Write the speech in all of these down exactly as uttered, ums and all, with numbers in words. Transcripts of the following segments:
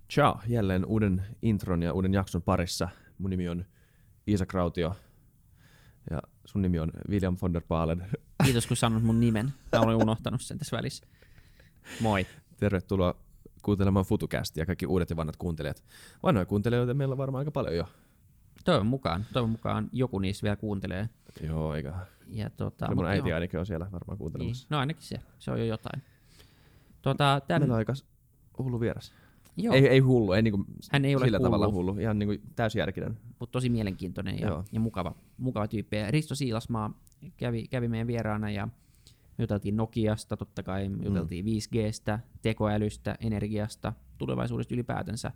Ciao, jälleen uuden intron ja uuden jakson parissa. Mun nimi on Iisa Krautio ja sun nimi on William von der Baalen. Kiitos kun sanot mun nimen. Mä olen unohtanut sen tässä välissä. Moi. Tervetuloa kuuntelemaan FutuCastia, kaikki uudet ja vanhat kuuntelijat. Vanhoja kuuntelijoita meillä on varmaan aika paljon jo. Toivon mukaan. Toivon mukaan joku niistä vielä kuuntelee. Joo, eikä. Ja tota, mun äiti joo. ainakin on siellä varmaan kuuntelemassa. Niin. No ainakin se. Se on jo jotain. Tota, tän... Meillä on aika hullu vieras. Joo. Ei, ei hullu, ei niinku Hän ei ole sillä hullu. tavalla hullu, ihan niinku täysjärkinen. Mutta tosi mielenkiintoinen ja, ja mukava, mukava tyyppi. Ja Risto Siilasmaa kävi, kävi meidän vieraana ja me juteltiin Nokiasta, totta kai me juteltiin mm. viisi G:stä, tekoälystä, energiasta, tulevaisuudesta ylipäätänsä.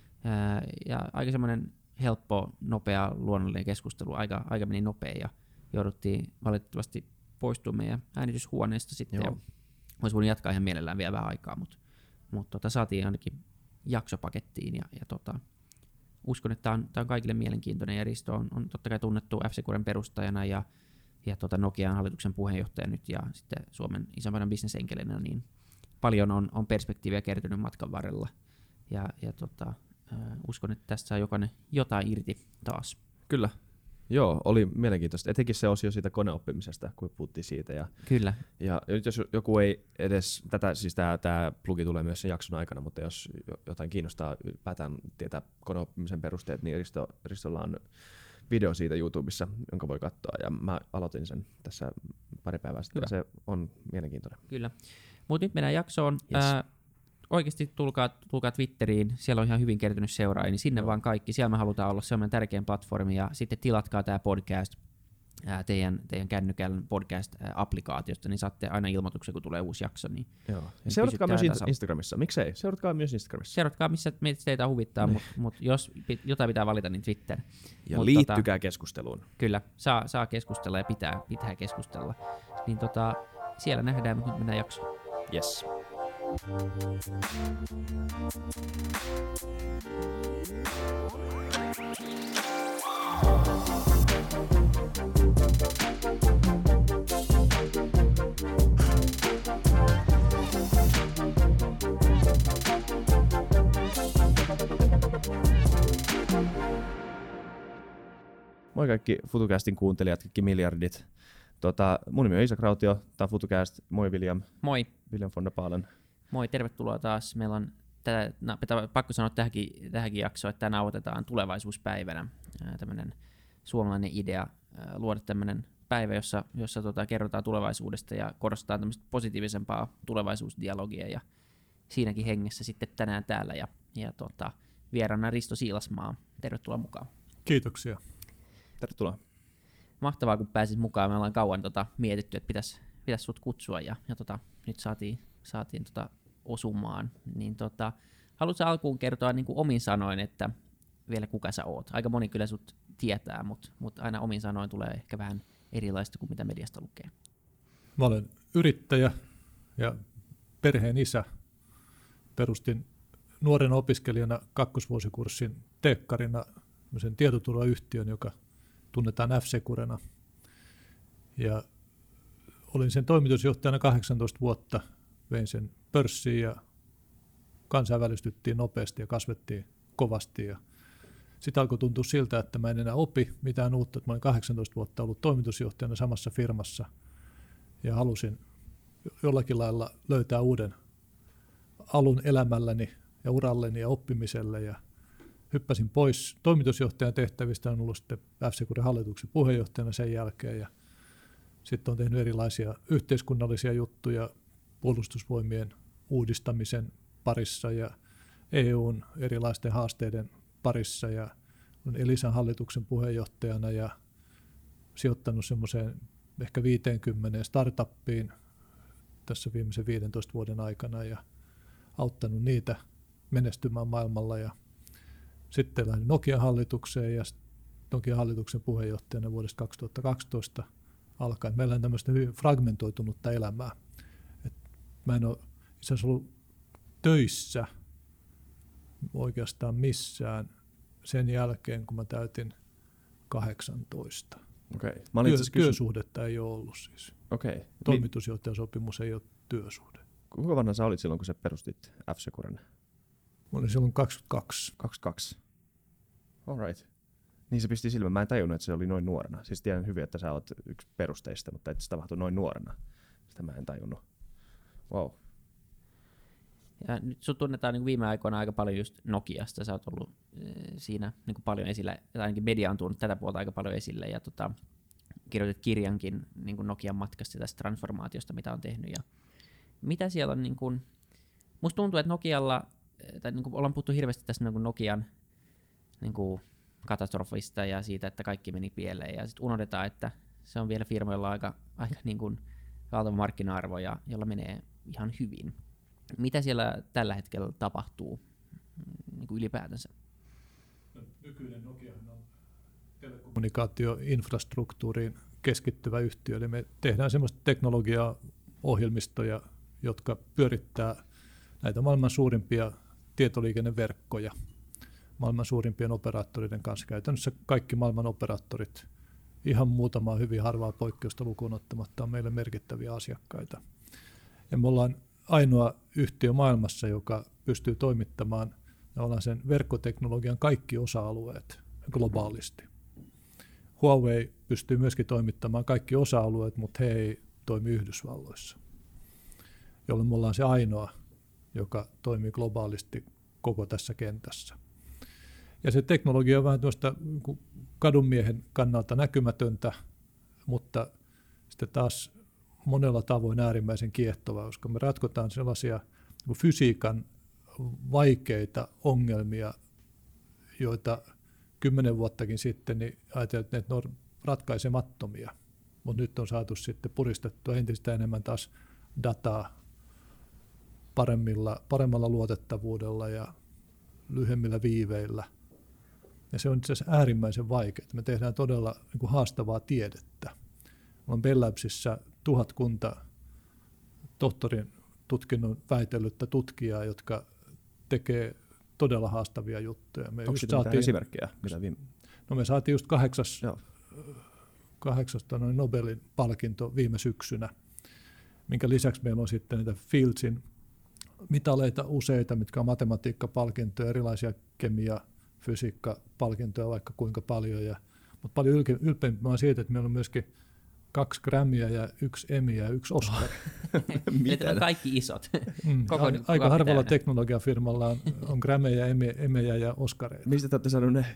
Ää, ja aika semmoinen helppo, nopea, luonnollinen keskustelu, aika, aika meni nopea ja jouduttiin valitettavasti poistumaan meidän äänityshuoneesta sitten. Ja olisi voinut jatkaa ihan mielellään vielä vähän aikaa, mutta mut tota, saatiin ainakin jaksopakettiin ja, ja tota, uskon, että tämä on, on kaikille mielenkiintoinen ja Risto on, on totta kai tunnettu F-Securen perustajana ja, ja tota Nokian hallituksen puheenjohtaja nyt ja sitten Suomen isompana bisnesenkelinä, niin paljon on, on perspektiiviä kertynyt matkan varrella ja, ja tota, äh, uskon, että tästä saa jokainen jotain irti taas. Kyllä. Joo, oli mielenkiintoista. Etenkin se osio siitä koneoppimisesta, kun puhuttiin siitä. Ja, Kyllä. Ja nyt jos joku ei edes, tätä, siis tämä, tämä plugi tulee myös sen jakson aikana, mutta jos jotain kiinnostaa ylipäätään tietää koneoppimisen perusteet, niin Risto, Ristolla on video siitä YouTubessa, jonka voi katsoa. Ja mä aloitin sen tässä pari päivää sitten. Se on mielenkiintoinen. Kyllä. Mutta nyt mennään jaksoon. Yes. Ää, oikeasti tulkaa, tulkaa Twitteriin, siellä on ihan hyvin kertynyt seuraajia, niin sinne no. vaan kaikki. Siellä me halutaan olla, se on meidän tärkein platformi, ja sitten tilatkaa tämä podcast ää, teidän, teidän kännykän podcast-applikaatiosta, niin saatte aina ilmoituksen, kun tulee uusi jakso. Niin Joo. Ja seuratkaa myös tasa- Instagramissa, miksei? Seuratkaa myös Instagramissa. Seuratkaa, missä teitä huvittaa, mutta mut jos jotain pitää valita, niin Twitter. Ja mut liittykää tota, keskusteluun. Kyllä, saa, saa keskustella ja pitää, pitää keskustella. Niin tota, siellä nähdään, mutta nyt mennään jaksoon. Yes. Moi kaikki FutuCastin kuuntelijat, kaikki miljardit. Tota, mun nimi on Iisa Krautio, tää on FutuCast. Moi William. Moi. William von der Baalen. Moi, tervetuloa taas. Meillä on tätä, no, pakko sanoa tähänkin, tähänkin jaksoon, että tämä nauhoitetaan tulevaisuuspäivänä. Tämmöinen suomalainen idea luoda tämmöinen päivä, jossa, jossa tota, kerrotaan tulevaisuudesta ja korostetaan tämmöistä positiivisempaa tulevaisuusdialogia. Ja siinäkin hengessä sitten tänään täällä ja, ja tota, vieraana Risto Siilasmaa. Tervetuloa mukaan. Kiitoksia. Tervetuloa. Mahtavaa, kun pääsit mukaan. Me ollaan kauan tota, mietitty, että pitäisi pitäis sut kutsua ja, ja tota, nyt saatiin, saatiin tota, osumaan. Niin, tota, haluatko alkuun kertoa niin kuin omin sanoin, että vielä kuka sä oot? Aika moni kyllä sut tietää, mutta mut aina omin sanoin tulee ehkä vähän erilaista kuin mitä mediasta lukee. Mä olen yrittäjä ja perheen isä. Perustin nuorena opiskelijana kakkosvuosikurssin teekkarina sen tietoturvayhtiön, joka tunnetaan F-Securena. Ja olin sen toimitusjohtajana kahdeksantoista vuotta, vein sen pörssiin ja kansainvälistyttiin nopeasti ja kasvettiin kovasti. Ja sitten alkoi tuntua siltä, että mä en enää opi mitään uutta. Mä olin kahdeksantoista vuotta ollut toimitusjohtajana samassa firmassa ja halusin jollakin lailla löytää uuden alun elämälläni ja uralleni ja oppimiselle. Ja hyppäsin pois toimitusjohtajan tehtävistä, olen ollut sitten F-Securen hallituksen puheenjohtajana sen jälkeen ja sitten olen tehnyt erilaisia yhteiskunnallisia juttuja puolustusvoimien uudistamisen parissa ja E U:n erilaisten haasteiden parissa ja olen Elisan hallituksen puheenjohtajana ja sijoittanut semmoiseen ehkä viiteenkymmeneen startuppiin tässä viimeisen viidentoista vuoden aikana ja auttanut niitä menestymään maailmalla ja sitten lähdin Nokian hallitukseen ja Nokian hallituksen puheenjohtajana vuodesta kaksituhattakaksitoista alkaen. Meillä on tämmöistä hyvin fragmentoitunutta elämää. Et mä en ole itse asiassa ollut töissä oikeastaan missään sen jälkeen, kun mä täytin kahdeksantoista. Okay. Työ, työsuhdetta ei ole ollut siis. Okay. Toimitusjohtajasopimus ei ole työsuhde. Kuinka vanha sä olit silloin, kun sä perustit F-Securen? Mä olin silloin kaksikymmentäkaksi. kaksikymmentäkaksi. Alright. Niin se pisti silmään. Mä en tajunnut, että se oli noin nuorena. Siis tiedän hyvin, että sä oot yksi perusteista, mutta että se tapahtui noin nuorena. Sitä mä en tajunnut. Wow. Ja nyt sut tunnetaan niin viime aikoina aika paljon just Nokiasta. Sä oot ollut e, siinä niin paljon esillä, tai ainakin media on tuonut tätä puolta aika paljon esille. Ja tota, kirjoitit kirjankin niin Nokian matkasta tästä transformaatiosta, mitä on tehnyt. Ja mitä siellä on, niin kuin, musta tuntuu, että Nokialla, tai niin kuin ollaan puhuttu hirveästi tästä niin Nokian niin kuin katastrofista ja siitä, että kaikki meni pieleen. Ja sitten unohdetaan, että se on vielä firmoilla aika, aika niin kuin valtava markkina-arvo, ja, jolla menee ihan hyvin. Mitä siellä tällä hetkellä tapahtuu niin kuin ylipäätänsä? No, nykyinen Nokiahan on telekommunikaatioinfrastruktuuriin keskittyvä yhtiö, eli me tehdään sellaista teknologiaa, ohjelmistoja, jotka pyörittää näitä maailman suurimpia tietoliikenneverkkoja maailman suurimpien operaattoreiden kanssa. Käytännössä kaikki maailman operaattorit, ihan muutamaa hyvin harvaa poikkeusta lukuun ottamatta, on meille merkittäviä asiakkaita. Ja me ollaan ainoa yhtiö maailmassa, joka pystyy toimittamaan sen verkkoteknologian kaikki osa-alueet globaalisti. Huawei pystyy myöskin toimittamaan kaikki osa-alueet, mutta he ei toimi Yhdysvalloissa, jolloin me ollaan se ainoa, joka toimii globaalisti koko tässä kentässä. Ja se teknologia on vähän tuosta kadunmiehen kannalta näkymätöntä, mutta sitten taas monella tavoin äärimmäisen kiehtovaa, koska me ratkotaan sellaisia fysiikan vaikeita ongelmia, joita kymmenen vuottakin sitten niin ajateltiin, että ne on ratkaisemattomia, mutta nyt on saatu sitten puristettua entistä enemmän taas dataa paremmilla, paremmalla luotettavuudella ja lyhyemmillä viiveillä. Ja se on itse asiassa äärimmäisen vaikeaa. Me tehdään todella niin kuin haastavaa tiedettä. On Bell Labsissa tuhat kunta tohtorin tutkinnon väitellyttä tutkijaa, jotka tekee todella haastavia juttuja. Me onko siitä mitään esimerkkejä? No me saatiin just kahdeksas, kahdeksasta noin Nobelin palkinto viime syksynä, minkä lisäksi meillä on sitten niitä Fieldsin mitaleita useita, mitkä on matematiikkapalkintoja, erilaisia kemia- fysiikkapalkintoja vaikka kuinka paljon. Ja, mutta paljon ylpeämpää on siitä, että meillä on myöskin kaksi Grammyä ja yksi Emmyä ja yksi Oscar. Mitä on kaikki isot. Mm, koko, a, aika harvalla teknologiafirmalla on, on Grammyjä, Emmyjä ja Oscareita. Mistä te olette sanonut ne?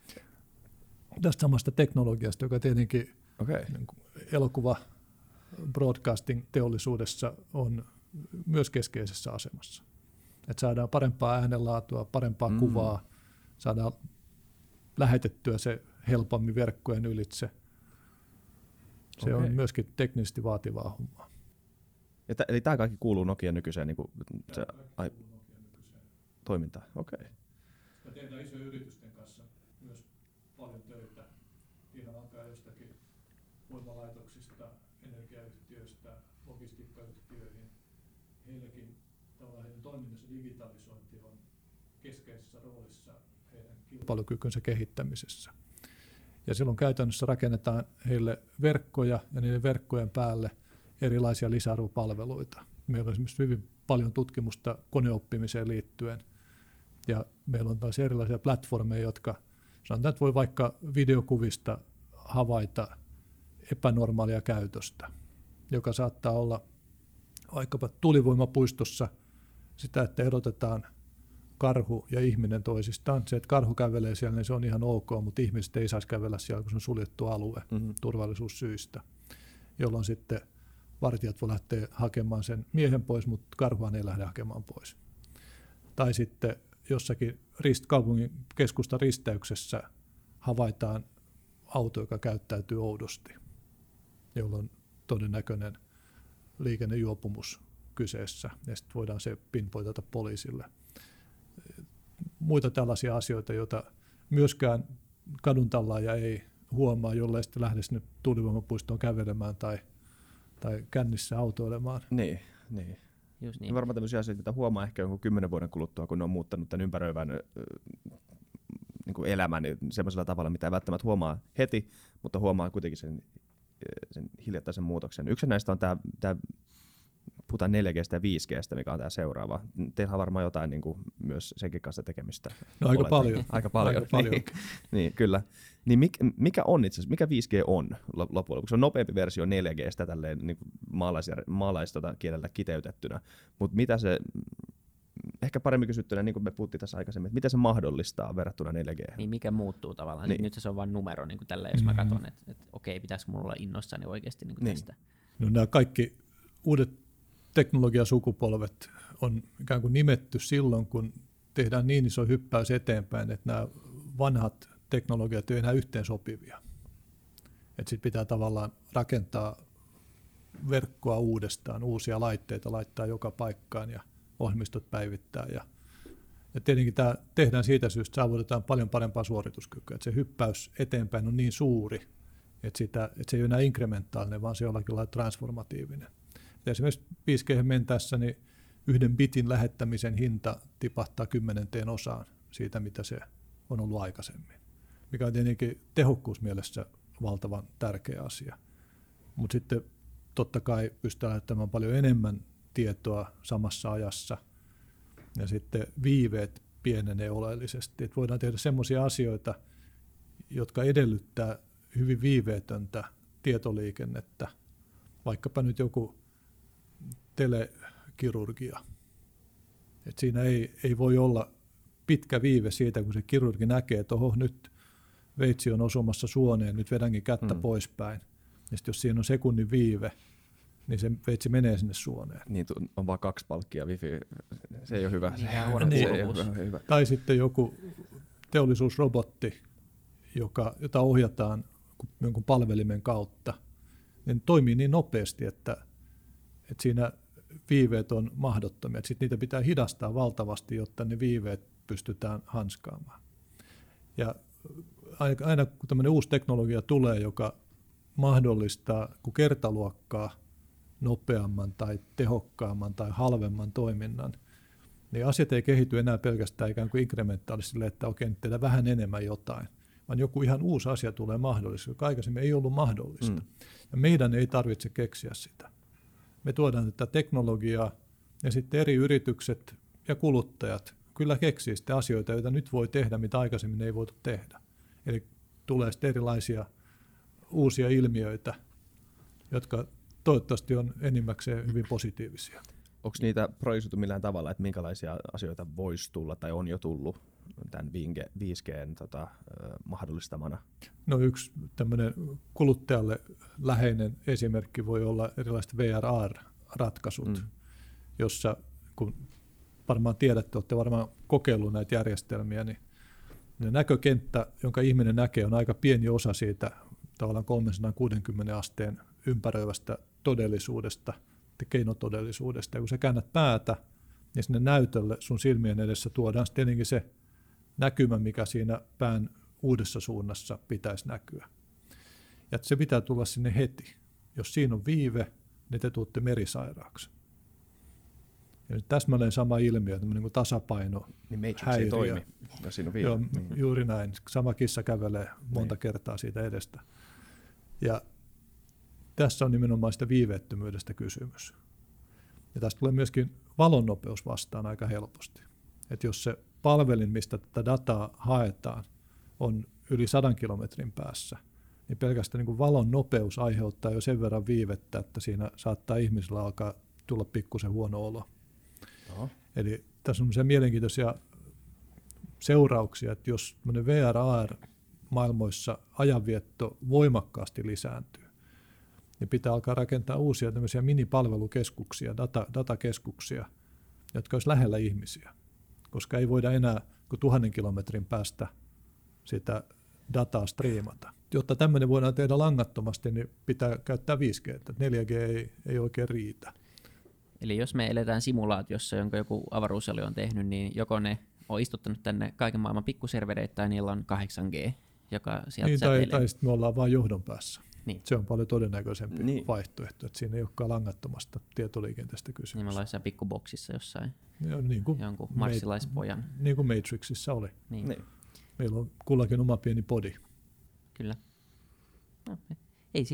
Tästä samasta teknologiasta, joka tietenkin okay. niin elokuva broadcasting teollisuudessa on myös keskeisessä asemassa. Että saadaan parempaa äänenlaatua, parempaa mm. kuvaa, saadaan lähetettyä se helpommin verkkojen ylitse. Se okay. on myöskin teknisesti vaativaa hommaa. Ja t- eli tämä kaikki kuuluu Nokian nykyiseen niin kuin, se, ai, Nokian nykyiseen toimintaan? Okei. Okay. Me tehdään isojen yritysten kanssa myös paljon töitä. Ihan alkaa jostakin voimalaitoksista, energiayhtiöistä, logistiikkayhtiöihin. Heilläkin tavallaan heidän toiminnassa digitalisointi on keskeisessä roolissa heidän kilpailukykynsä kehittämisessä. Ja silloin käytännössä rakennetaan heille verkkoja ja niiden verkkojen päälle erilaisia lisäarvopalveluita. Meillä on esimerkiksi hyvin paljon tutkimusta koneoppimiseen liittyen. Ja meillä on taas erilaisia platformeja, jotka sanotaan, että voi vaikka videokuvista havaita epänormaalia käytöstä, joka saattaa olla vaikkapa tuulivoimapuistossa sitä, että erotetaan karhu ja ihminen toisistaan. Se, että karhu kävelee siellä, niin se on ihan ok, mutta ihmiset ei saisi kävellä siellä, kun se on suljettu alue mm-hmm. turvallisuussyistä, jolloin sitten vartijat voi lähteä hakemaan sen miehen pois, mutta karhuaan ei lähde hakemaan pois. Tai sitten jossakin rist, kaupungin keskustan risteyksessä havaitaan auto, joka käyttäytyy oudosti, jolloin todennäköinen liikennejuopumus kyseessä, ja sitten voidaan se pinpointata poliisille. Muita tällaisia asioita, joita myöskään kaduntallaaja ei huomaa, jollei sitten lähde sinne tuulivoimapuistoon kävelemään tai, tai kännissä autoilemaan. Niin, niin. Just niin. Varmaan tämmöisiä asioita, mitä huomaa ehkä jonkun kymmenen vuoden kuluttua, kun ne on muuttanut tämän ympäröivän niin kuin elämän semmoisella tavalla, mitä ei välttämättä huomaa heti, mutta huomaa kuitenkin sen, sen hiljattaisen muutoksen. Yksi näistä on tämä, tämä puhutaan neljä G:stä ja viisi G:stä, mikä on tämä seuraava. Teillä on varmaan jotain niin kuin, myös senkin kanssa tekemistä. No aika Oletan. paljon. Aika paljon. Aika paljon. niin, niin, kyllä. Niin mikä, mikä on itse asiassa, mikä viisi G on loppujen lopuksi? Se on nopeampi versio neljä G:stä tälleen niin maalais, maalais tota, kielellä kiteytettynä, mutta mitä se, ehkä paremmin kysyttynä, niin kuin me puhuttiin tässä aikaisemmin, että mitä se mahdollistaa verrattuna neljä G:hen? Niin mikä muuttuu tavallaan? Niin. Nyt se on vain numero, niin kuin tällä, jos mä katson, että, että okei, pitäisikö mulla olla innoissani oikeasti niin kuin Niin. tästä. No, nämä kaikki uudet teknologiasukupolvet on ikään kuin nimetty silloin, kun tehdään niin iso hyppäys eteenpäin, että nämä vanhat teknologiat eivät enää yhteen sopivia. Sitten pitää tavallaan rakentaa verkkoa uudestaan, uusia laitteita laittaa joka paikkaan ja ohjelmistot päivittää. Ja, ja tietenkin tämä tehdään siitä syystä, että saavutetaan paljon parempaa suorituskykyä. Että se hyppäys eteenpäin on niin suuri, että, sitä, että se ei ole enää inkrementaalinen, vaan se on jollakin lailla transformatiivinen. Ja esimerkiksi viisi G:hen mentäessä niin yhden bitin lähettämisen hinta tipahtaa kymmenenteen osaan siitä, mitä se on ollut aikaisemmin, mikä on tietenkin tehokkuusmielessä valtavan tärkeä asia. Mutta sitten totta kai pystytään lähettämään paljon enemmän tietoa samassa ajassa, ja sitten viiveet pienenee oleellisesti. Et voidaan tehdä sellaisia asioita, jotka edellyttää hyvin viiveetöntä tietoliikennettä, vaikkapa nyt joku telekirurgia. Et siinä ei, ei voi olla pitkä viive siitä, kun se kirurgi näkee, että oho, nyt veitsi on osumassa suoneen, nyt vedänkin kättä mm. poispäin. Ja sitten jos siinä on sekunnin viive, niin se veitsi menee sinne suoneen. Niin, on vaan kaksi palkkia wifi, se ei ole hyvä. Se, niin. se ei ole hyvä. Tai sitten joku teollisuusrobotti, joka, jota ohjataan jonkun palvelimen kautta, niin toimii niin nopeasti, että, että siinä viiveet on mahdottomia. Sitten niitä pitää hidastaa valtavasti, jotta ne viiveet pystytään hanskaamaan. Ja aina, aina kun tämmöinen uusi teknologia tulee, joka mahdollistaa kun kertaluokkaa nopeamman tai tehokkaamman tai halvemman toiminnan, niin asiat ei kehity enää pelkästään ikään kuin inkrementaalisesti, että okei, nyt tehdään vähän enemmän jotain, vaan joku ihan uusi asia tulee mahdollisesti, joka aikaisemmin ei ollut mahdollista. Mm. Ja meidän ei tarvitse keksiä sitä. Me tuodaan tätä teknologiaa ja sitten eri yritykset ja kuluttajat kyllä keksii sitten asioita, joita nyt voi tehdä, mitä aikaisemmin ei voitu tehdä. Eli tulee sitten erilaisia uusia ilmiöitä, jotka toivottavasti on enimmäkseen hyvin positiivisia. Onko niitä projisoitu millään tavalla, että minkälaisia asioita voisi tulla tai on jo tullut tämän viisi G:n tota, mahdollistamana? No yksi tämmöinen kuluttajalle läheinen esimerkki voi olla erilaiset V R A R-ratkaisut, mm. jossa kun varmaan tiedätte, olette varmaan kokeillut näitä järjestelmiä, niin näkökenttä, jonka ihminen näkee, on aika pieni osa siitä tavallaan kolmesataakuusikymmentä asteen ympäröivästä todellisuudesta, keinotodellisuudesta. Ja kun sä käännät päätä, niin sinne näytölle sun silmien edessä tuodaan tietenkin se näkymä, mikä siinä pään uudessa suunnassa pitäisi näkyä. Ja se pitää tulla sinne heti. Jos siinä on viive, niin te tuutte merisairaaksi. Ja nyt täsmälleen sama ilmiö, tämmöinen kuin tasapaino, niin Matrix häiriö. Ei toimi, jos siinä on viive. Joo, juuri näin. Sama kissa kävelee monta niin. kertaa siitä edestä. Ja tässä on nimenomaan sitä viiveettömyydestä kysymys. Ja tästä tulee myöskin valonnopeus vastaan aika helposti. Että jos se palvelin, mistä tätä dataa haetaan, on yli sadan kilometrin päässä, niin pelkästään niin kuin valon nopeus aiheuttaa jo sen verran viivettä, että siinä saattaa ihmisellä alkaa tulla pikkusen huono olo. Oho. Eli tässä on se mielenkiintoisia seurauksia, että jos V R A R-maailmoissa ajanvietto voimakkaasti lisääntyy, niin pitää alkaa rakentaa uusia tämmöisiä minipalvelukeskuksia, data, datakeskuksia, jotka olisi lähellä ihmisiä, koska ei voida enää kuin tuhannen kilometrin päästä sitä dataa striimata. Jotta tämmöinen voidaan tehdä langattomasti, niin pitää käyttää viisi G, että neljä G ei, ei oikein riitä. Eli jos me eletään simulaatiossa, jonka joku avaruusalue on tehnyt, niin joko ne on istuttanut tänne kaiken maailman pikkuservereitä tai niillä on kahdeksan G, joka sieltä niin, tai, tai sitten me ollaan vain johdon päässä. Niin. Se on paljon todennäköisempi niin. vaihtoehto, että siinä ei olekaan langattomasta tietoliikenteestä kysymys. Niin me ollaan jossain pikkuboksissa jossain, ja, niin kuin jonkun marssilaispojan. Niin kuin Matrixissa oli. Niin. Niin. Meillä on kullakin oma pieni podi. Kyllä. No, ei siinä.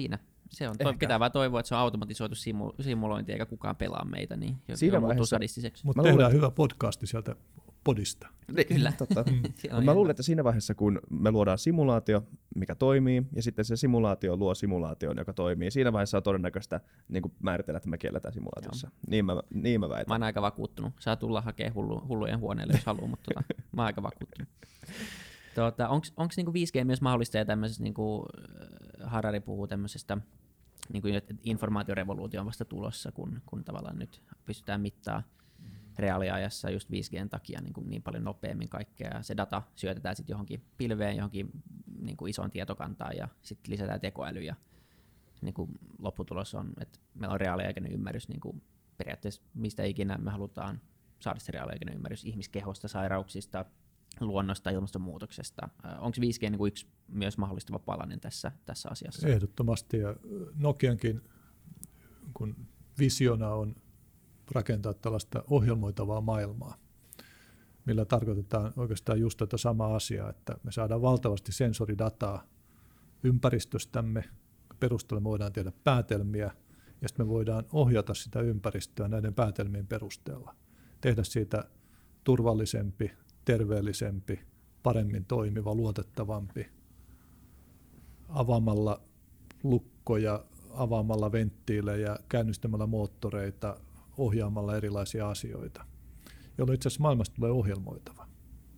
Se on, toi, pitää vaan toivoa, että se on automatisoitu simu, simulointi, eikä kukaan pelaa meitä, niin siinä muuttuu sadistiseksi. Mutta tehdään luulen, hyvä podcasti sieltä podista. Kyllä. Totta. mm. Mä luulen, että siinä vaiheessa, kun me luodaan simulaatio, mikä toimii, ja sitten se simulaatio luo simulaation, joka toimii, siinä vaiheessa on todennäköistä niin kuin määritellä, että me kielletään simulaatiossa. Niin mä, niin mä väitän. Mä oon aika vakuuttunut. Saa tulla hakemaan hullu, hullujen huoneelle, jos haluaa, mutta tota, mä oon aika vakuuttunut. Tuota, onko niinku viisi G myös mahdollista, ja tämmöisessä, niinku, Harari puhuu tämmöisestä, niinku, että informaatiorevoluutio on vasta tulossa, kun, kun tavallaan nyt pystytään mittaamaan reaaliajassa just viisi G:n takia niin, niin paljon nopeammin kaikkea, ja se data syötetään sitten johonkin pilveen, johonkin niin kuin isoon tietokantaan, ja sitten lisätään tekoäly, ja niin kuin lopputulos on, että meillä on reaaliaikainen ymmärrys niin kuin periaatteessa mistä ikinä me halutaan saada se reaaliaikainen ymmärrys ihmiskehosta, sairauksista, luonnosta, ilmastonmuutoksesta. Onko viisi G niin kuin yksi myös mahdollistava palanen tässä, tässä asiassa? Ehdottomasti, ja Nokiankin kun visiona on rakentaa tällaista ohjelmoitavaa maailmaa, millä tarkoitetaan oikeastaan just tätä samaa asiaa, että me saadaan valtavasti sensoridataa ympäristöstämme, perusteella me voidaan tehdä päätelmiä, ja sitten me voidaan ohjata sitä ympäristöä näiden päätelmien perusteella, tehdä siitä turvallisempi, terveellisempi, paremmin toimiva, luotettavampi, avaamalla lukkoja, avaamalla venttiilejä, käynnistämällä moottoreita, ohjaamalla erilaisia asioita, jolloin itse asiassa maailmasta tulee ohjelmoitava.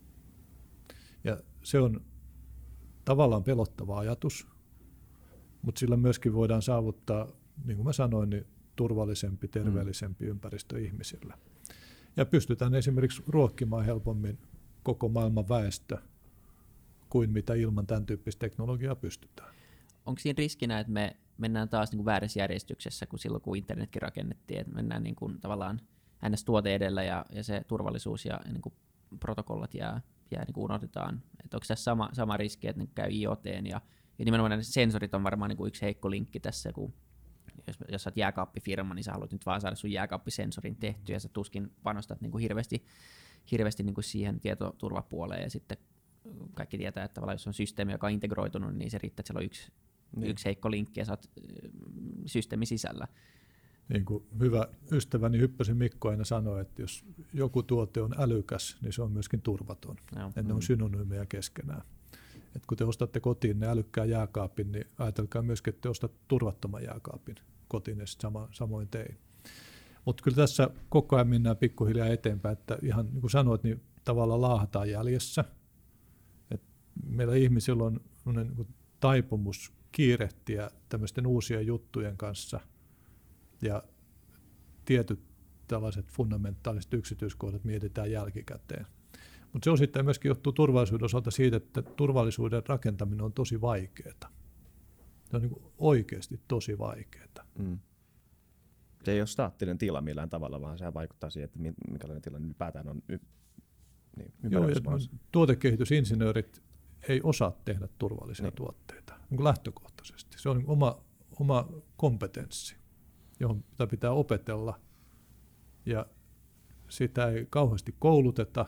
Ja se on tavallaan pelottava ajatus, mutta sillä myöskin voidaan saavuttaa, niin kuin mä sanoin, niin turvallisempi, terveellisempi mm. ympäristö ihmisille. Ja pystytään esimerkiksi ruokkimaan helpommin koko maailman väestö kuin mitä ilman tämän tyyppistä teknologiaa pystytään. Onko siinä riskinä, että me mennään taas niin kuin väärässä järjestyksessä kuin silloin, kun internetkin rakennettiin, että mennään niin kuin tavallaan ns. Tuote edellä ja, ja se turvallisuus ja, ja niin kuin protokollat jää, jää niin kuin unohdetaan. Että onko tässä sama, sama riski, että ne käy IoT:n ja, ja nimenomaan ne sensorit on varmaan niin kuin yksi heikko linkki tässä, kun jos, jos sä oot jääkaappifirma, niin sä haluat nyt vaan saada sun jääkaappisensorin tehtyä ja sä tuskin panostat niin kuin hirveästi, hirveästi niin kuin siihen tietoturvapuoleen ja sitten kaikki tietää, että jos on systeemi, joka on integroitunut, niin se riittää, että siellä on yksi Niin. yksi heikko linkki ja sä oot systeemi sisällä. Niin kuin hyvä ystäväni Hyppösen Mikko aina sanoi, että jos joku tuote on älykäs, niin se on myöskin turvaton. Joo. Että ne on synonyymejä keskenään. Et kun te ostatte kotiin ne älykkään jääkaapin, niin ajatelkaa myöskin, että te ostat turvattoman jääkaapin kotiin, ja sama, samoin tein. Mutta kyllä tässä koko ajan mennään pikkuhiljaa eteenpäin, että ihan niin kuin sanoit, niin tavallaan laahataan jäljessä. Et meillä ihmisillä on niin kuin taipumus kiirehtiä tämmöisten uusien juttujen kanssa, ja tietyt tällaiset fundamentaaliset yksityiskohdat mietitään jälkikäteen. Mutta se osittain myöskin johtuu turvallisuuden osalta siitä, että turvallisuuden rakentaminen on tosi vaikeaa. Se on niin kuin oikeasti tosi vaikeaa. Mm. Se ei ole staattinen tila millään tavalla, vaan se vaikuttaa siihen, että minkälainen tilanne ylipäätään on y- niin, ympäristössä. Tuotekehitysinsinöörit ei osaa tehdä turvallisia niin. tuotteita niin kuin lähtökohtaisesti. Se on niin oma, oma kompetenssi, johon pitää opetella, ja sitä ei kauheasti kouluteta,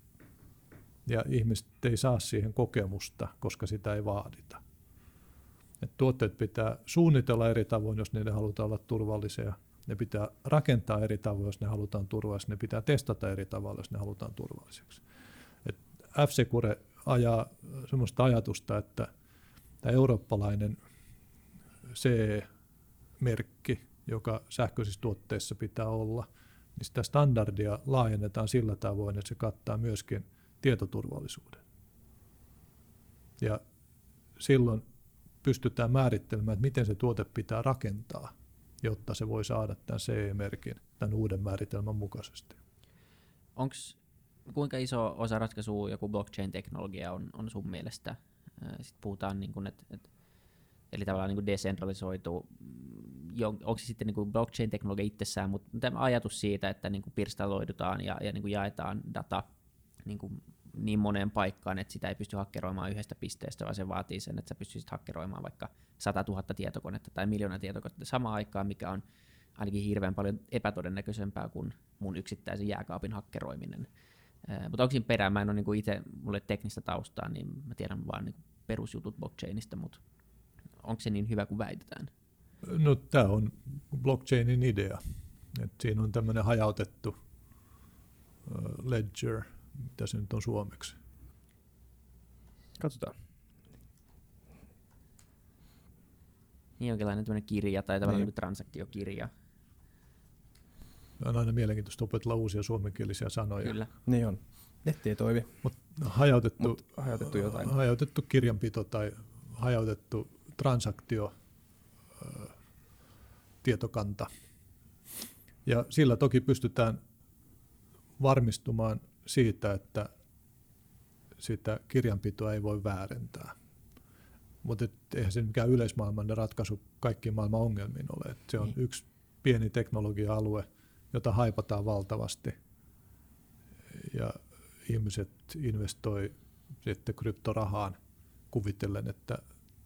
ja ihmiset ei saa siihen kokemusta, koska sitä ei vaadita. Et tuotteet pitää suunnitella eri tavoin, jos niiden halutaan olla turvallisia. Ne pitää rakentaa eri tavoin, jos ne halutaan turvalliseksi. Ne pitää testata eri tavalla, jos ne halutaan turvalliseksi. Et F-Secure ajaa sellaista ajatusta, että tämä eurooppalainen C E-merkki, joka sähköisissä tuotteissa pitää olla, niin sitä standardia laajennetaan sillä tavoin, että se kattaa myöskin tietoturvallisuuden. Ja silloin pystytään määrittelemään, että miten se tuote pitää rakentaa, jotta se voi saada tämän C E-merkin tämän uuden määritelmän mukaisesti. Onks, kuinka iso osa ratkaisua joku blockchain-teknologia on, on sun mielestä? Sitten puhutaan, niin kuin, että, että, eli tavallaan niin kuin decentralisoitu, onko se sitten niin kuin blockchain-teknologia itsessään, mutta tämä ajatus siitä, että niin kuin pirstaloidutaan ja, ja niin kuin jaetaan data niin kuin niin moneen paikkaan, että sitä ei pysty hakkeroimaan yhdestä pisteestä, vaan se vaatii sen, että sä pystyisit hakkeroimaan vaikka sata tuhatta tietokonetta tai miljoona tietokonetta samaan aikaan, mikä on ainakin hirveän paljon epätodennäköisempää kuin mun yksittäisen jääkaapin hakkeroiminen. Äh, mutta onko siinä perään? Mä en ole niinku itse, mulle teknistä taustaa, niin mä tiedän vaan niinku perusjutut blockchainista, mutta onko se niin hyvä kuin väitetään? No, tämä on blockchainin idea. Et siinä on tämmöinen hajautettu ledger, mitä se nyt on suomeksi. Katsotaan. Niin jonkinlainen tämmöinen kirja tai tavallaan niin. transaktiokirja. On aina mielenkiintoista opetella uusia suomenkielisiä sanoja. Kyllä. Niin on. Netti ei toimi. Mut hajautettu, Mut hajautettu jotain. Hajautettu kirjanpito tai hajautettu transaktio, tietokanta. Ja sillä toki pystytään varmistumaan siitä, että sitä kirjanpitoa ei voi väärentää. Mutta eihän se mikään yleismaailmainen ratkaisu kaikkiin maailman ongelmiin ole. Et se on niin. yksi pieni teknologia-alue, jota haipataan valtavasti. Ja ihmiset investoi sitten kryptorahaan kuvitellen, että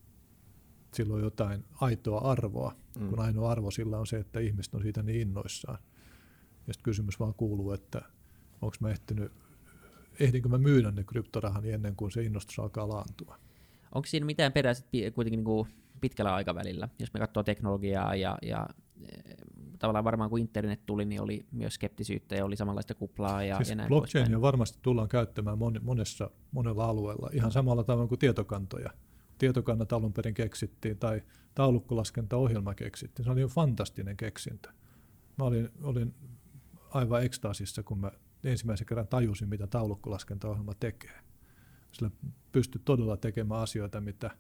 sillä on jotain aitoa arvoa, mm. kun ainoa arvo sillä on se, että ihmiset on siitä niin innoissaan. Ja sitten kysymys vaan kuuluu, että onko mä ehtinyt, ehdinkö mä myydä ne kryptorahani ennen kuin se innostus alkaa laantua. Onko siinä mitään perää kuitenkin niin kuin pitkällä aikavälillä, jos me katsoo teknologiaa ja, ja tavallaan varmaan kun internet tuli, niin oli myös skeptisyyttä ja oli samanlaista kuplaa ja, siis ja näin blockchainia varmasti tullaan käyttämään monessa, monella alueella, ihan samalla tavalla kuin tietokantoja. Tietokannat alun perin keksittiin tai taulukkolaskentaohjelma keksittiin. Se oli jo fantastinen keksintö. Mä olin, olin aivan ekstaasissa, kun mä ensimmäisen kerran tajusin, mitä taulukkolaskentaohjelma tekee. Sillä pystyi todella tekemään asioita, mitä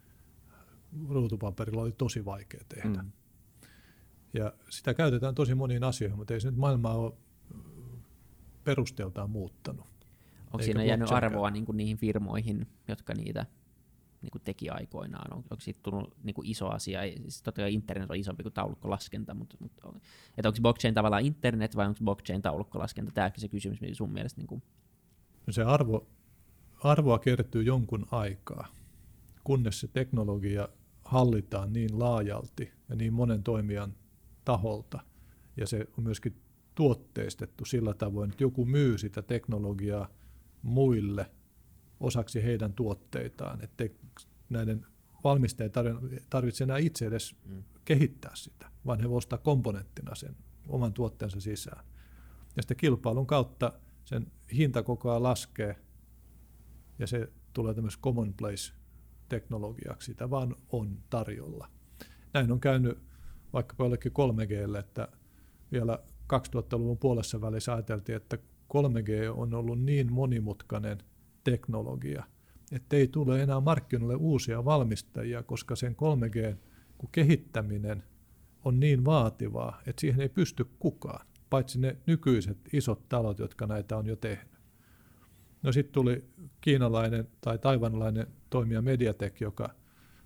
ruutupaperilla oli tosi vaikea tehdä. Mm. Ja sitä käytetään tosi moniin asioihin, mutta ei se nyt maailmaa ole perusteeltaan muuttanut. Onko Eikä siinä jäänyt arvoa niin kuin niihin firmoihin, jotka niitä niin kuin teki aikoinaan? On, onko siitä tullut niin kuin iso asia? Siis totta kai internet on isompi kuin taulukkolaskenta, mutta, mutta on, että onko blockchain tavallaan internet vai onko blockchain taulukkolaskenta? Tämä on se kysymys, mitä sun mielestä... Niin kuin... no se arvo, arvoa kertyy jonkun aikaa, kunnes se teknologia hallitaan niin laajalti ja niin monen toimijan taholta, ja se on myöskin tuotteistettu sillä tavoin, että joku myy sitä teknologiaa muille osaksi heidän tuotteitaan, että näiden valmistajien tarvitse enää itse edes mm. kehittää sitä, vaan he voivat ostaa komponenttina sen oman tuotteensa sisään. Ja sitten kilpailun kautta sen hinta koko ajan laskee, ja se tulee tämmöisessä commonplace-teknologiaksi, sitä vaan on tarjolla. Näin on käynyt vaikkapa jollekin kolme G:lle, että vielä kaksituhattaluvun puolessa välissä ajateltiin, että kolme G on ollut niin monimutkainen teknologia, että ei tule enää markkinoille uusia valmistajia, koska sen kolme G kehittäminen on niin vaativaa, että siihen ei pysty kukaan, paitsi ne nykyiset isot talot, jotka näitä on jo tehnyt. No sitten tuli kiinalainen tai taiwanlainen toimija Mediatek, joka,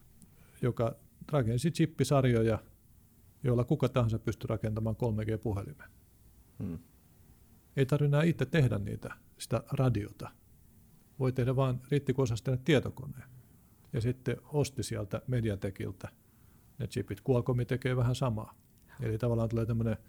joka rakensi chippisarjoja, joilla kuka tahansa pystyy rakentamaan kolme G-puhelimen. Hmm. Ei tarvitse enää itse tehdä niitä, sitä radiota. Voi tehdä vaan, riitti kun osasi tehdä tietokoneen. Ja sitten osti sieltä Mediatekiltä ne chipit. Qualcomm tekee vähän samaa. Eli tavallaan tulee tämmöinen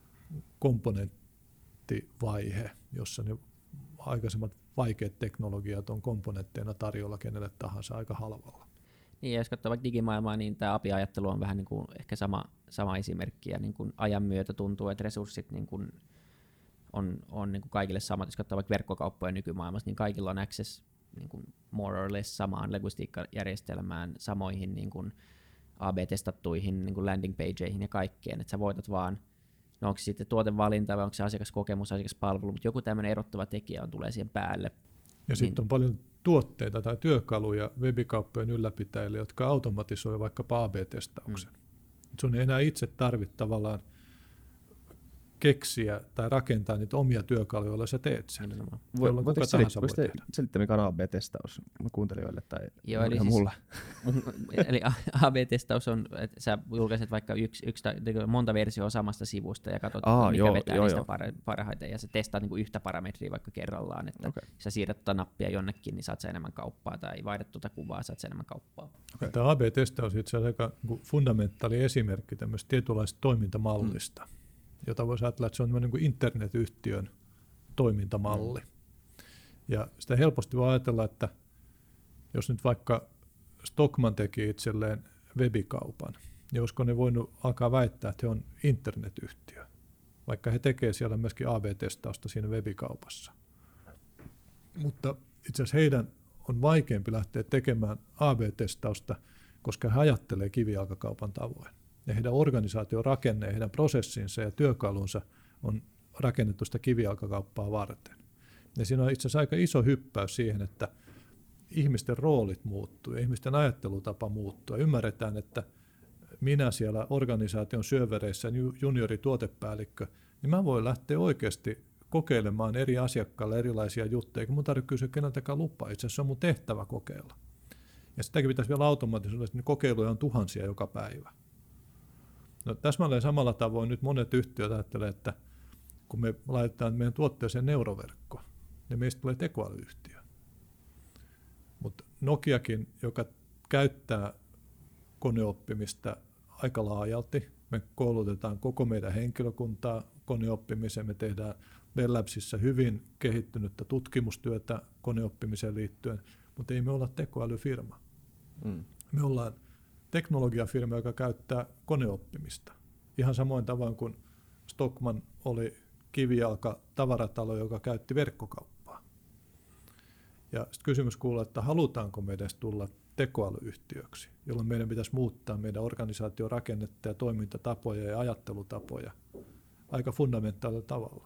komponenttivaihe, jossa ne aikaisemmat vaikeat teknologiat on komponentteina tarjolla kenelle tahansa aika halvalla. Niin, jos katsoo vaikka digimaailmaa, niin tämä A P I-ajattelu on vähän niin kuin ehkä sama, sama esimerkki, ja niin kuin ajan myötä tuntuu, että resurssit niin kuin on, on niin kuin kaikille samat. Jos katsoo vaikka verkkokauppoja nykymaailmassa, niin kaikilla on access niin kuin more or less samaan logistiikkajärjestelmään, samoihin niin kuin A B-testattuihin niin kuin landing pageihin ja kaikkeen, että sä voitat vaan, no onko se sitten tuotevalinta vai onko se asiakaskokemus, asiakaspalvelu, mutta joku tämmöinen erottava tekijä on, tulee siihen päälle. Ja niin. Sitten on paljon tuotteita tai työkaluja webikauppojen ylläpitäjille, jotka automatisoi vaikkapa A B-testauksen. Mm. Sun ei enää itse tarvitse tavallaan keksiä tai rakentaa niitä omia työkaluja, joilla sä teet sen. Voi, kuka tahansa voi tehdä. Selittää, mikä on A B-testaus kuuntelijoille tai Joo, eli siis, mulla? Eli A B-testaus on, että sä julkaiset vaikka yksi, yksi monta versioa samasta sivusta ja katsot, Aa, mikä joo, vetää joo, niistä joo. parhaiten, ja sä testaat niin kuin yhtä parametria vaikka kerrallaan, että okay. sä siirrät tuota nappia jonnekin, niin saat sä enemmän kauppaa, tai vaihdat tuota kuvaa, saat sä enemmän kauppaa. Okay. Tämä A B-testaus on itse asiassa aika fundamentaali esimerkki tämmöistä tietynlaista toimintamallista. Mm. jota voisi ajatella, että se on niin kuin internetyhtiön toimintamalli. Mm. Ja sitä helposti voi ajatella, että jos nyt vaikka Stockmann teki itselleen webikaupan, niin olisiko ne voinut alkaa väittää, että he on internetyhtiö, vaikka he tekevät siellä myöskin A B-testausta siinä webikaupassa. Mutta itse asiassa heidän on vaikeampi lähteä tekemään A B-testausta, koska he ajattelee kivijalkakaupan tavoin. Ja heidän organisaation rakenne, heidän prosessinsa ja työkalunsa on rakennettu sitä kivijalkakauppaa varten. Ja siinä on itse asiassa aika iso hyppäys siihen, että ihmisten roolit muuttuu ja ihmisten ajattelutapa muuttuu. Ja ymmärretään, että minä siellä organisaation syövereissä juniorituotepäällikkö, niin mä voin lähteä oikeasti kokeilemaan eri asiakkaille erilaisia juttuja, eikä mun tarvitse kysyä keneltäkään lupaa. Itse asiassa se on mun tehtävä kokeilla. Ja sitäkin pitäisi vielä automaattisesti, että kokeiluja on tuhansia joka päivä. No, täsmälleen samalla tavoin nyt monet yhtiöt ajattelee, että kun me laitetaan meidän tuotteeseen neuroverkko, niin meistä tulee tekoälyyhtiö. Mutta Nokiakin, joka käyttää koneoppimista aika laajalti, me koulutetaan koko meidän henkilökuntaa koneoppimiseen, me tehdään Bell Labsissa hyvin kehittynyttä tutkimustyötä koneoppimiseen liittyen, mutta ei me olla tekoälyfirma. Mm. Me ollaan teknologiafirma, joka käyttää koneoppimista. Ihan samoin tavoin kuin Stockmann oli kivijalka tavaratalo, joka käytti verkkokauppaa. Ja sitten kysymys kuuluu, että halutaanko me edes tulla tekoälyyhtiöksi, jolloin meidän pitäisi muuttaa meidän organisaation rakennetta ja toimintatapoja ja ajattelutapoja aika fundamentaalilla tavalla.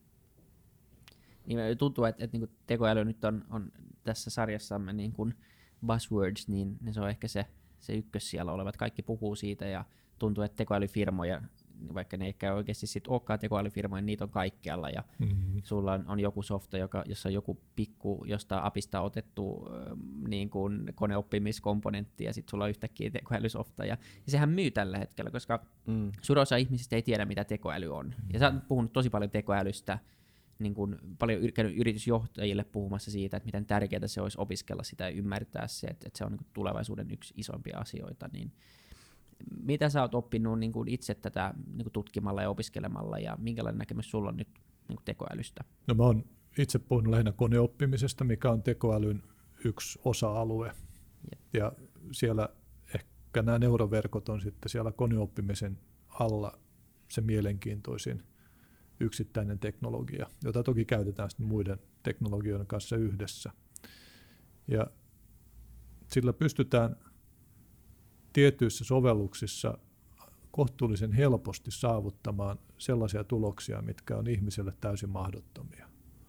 Niin tuntuu, että, että, että tekoäly nyt on, on tässä sarjassamme niin kuin buzzwords, niin se on ehkä se, se ykkös siellä olevat. Kaikki puhuu siitä ja tuntuu, että tekoälyfirmoja, vaikka ne eikä oikeasti sit olekaan tekoälyfirmoja, niin niitä on kaikkialla. Ja mm-hmm. sulla on, on joku softa, joka, jossa on joku pikku jostain apista otettu niin kuin koneoppimiskomponentti, ja sitten sulla on yhtäkkiä tekoälysofta. Ja, ja sehän myy tällä hetkellä, koska mm. suurin osa ihmisistä ei tiedä, mitä tekoäly on. Mm-hmm. Ja sä oot puhunut tosi paljon tekoälystä, niin kuin paljon yritysjohtajille puhumassa siitä, että miten tärkeää se olisi opiskella sitä ja ymmärtää se, että, että se on niin kuin tulevaisuuden yksi isompia asioita. Niin mitä sä oot oppinut niin kuin itse tätä niin kuin tutkimalla ja opiskelemalla, ja minkälainen näkemys sulla on nyt niin kuin tekoälystä? No mä oon itse puhunut lähinnä koneoppimisesta, mikä on tekoälyn yksi osa-alue. Jep. Ja siellä ehkä nämä neuroverkot on sitten siellä koneoppimisen alla se mielenkiintoisin yksittäinen teknologia, jota toki käytetään sitten muiden teknologioiden kanssa yhdessä. Ja sillä pystytään tietyissä sovelluksissa kohtuullisen helposti saavuttamaan sellaisia tuloksia, mitkä on ihmiselle täysin mahdottomia.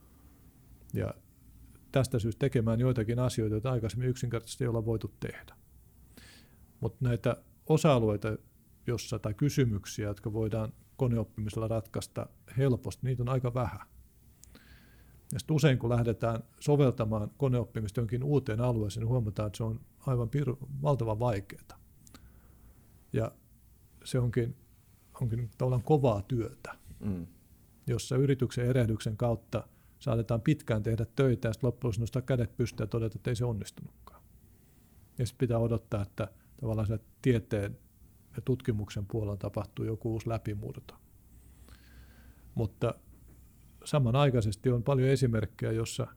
Ja tästä syystä tekemään joitakin asioita, joita aikaisemmin yksinkertaisesti ei olla voitu tehdä. Mutta näitä osa-alueita jossa, tai kysymyksiä, jotka voidaan koneoppimisella ratkaista helposti, niitä on aika vähän. Ja sitten usein kun lähdetään soveltamaan koneoppimista jonkin uuteen alueeseen, niin huomataan, että se on aivan piru, valtavan vaikeaa. Ja se onkin, onkin tavallaan kovaa työtä, mm. jossa yrityksen erehdyksen kautta saatetaan pitkään tehdä töitä ja sitten loppujen lopuksi nostaa kädet pystyyn ja todeta, että ei se onnistunutkaan. Ja sitten pitää odottaa, että tavallaan se tieteen ja tutkimuksen puolella tapahtuu joku uusi läpimurto. Mutta samanaikaisesti on paljon esimerkkejä, jossa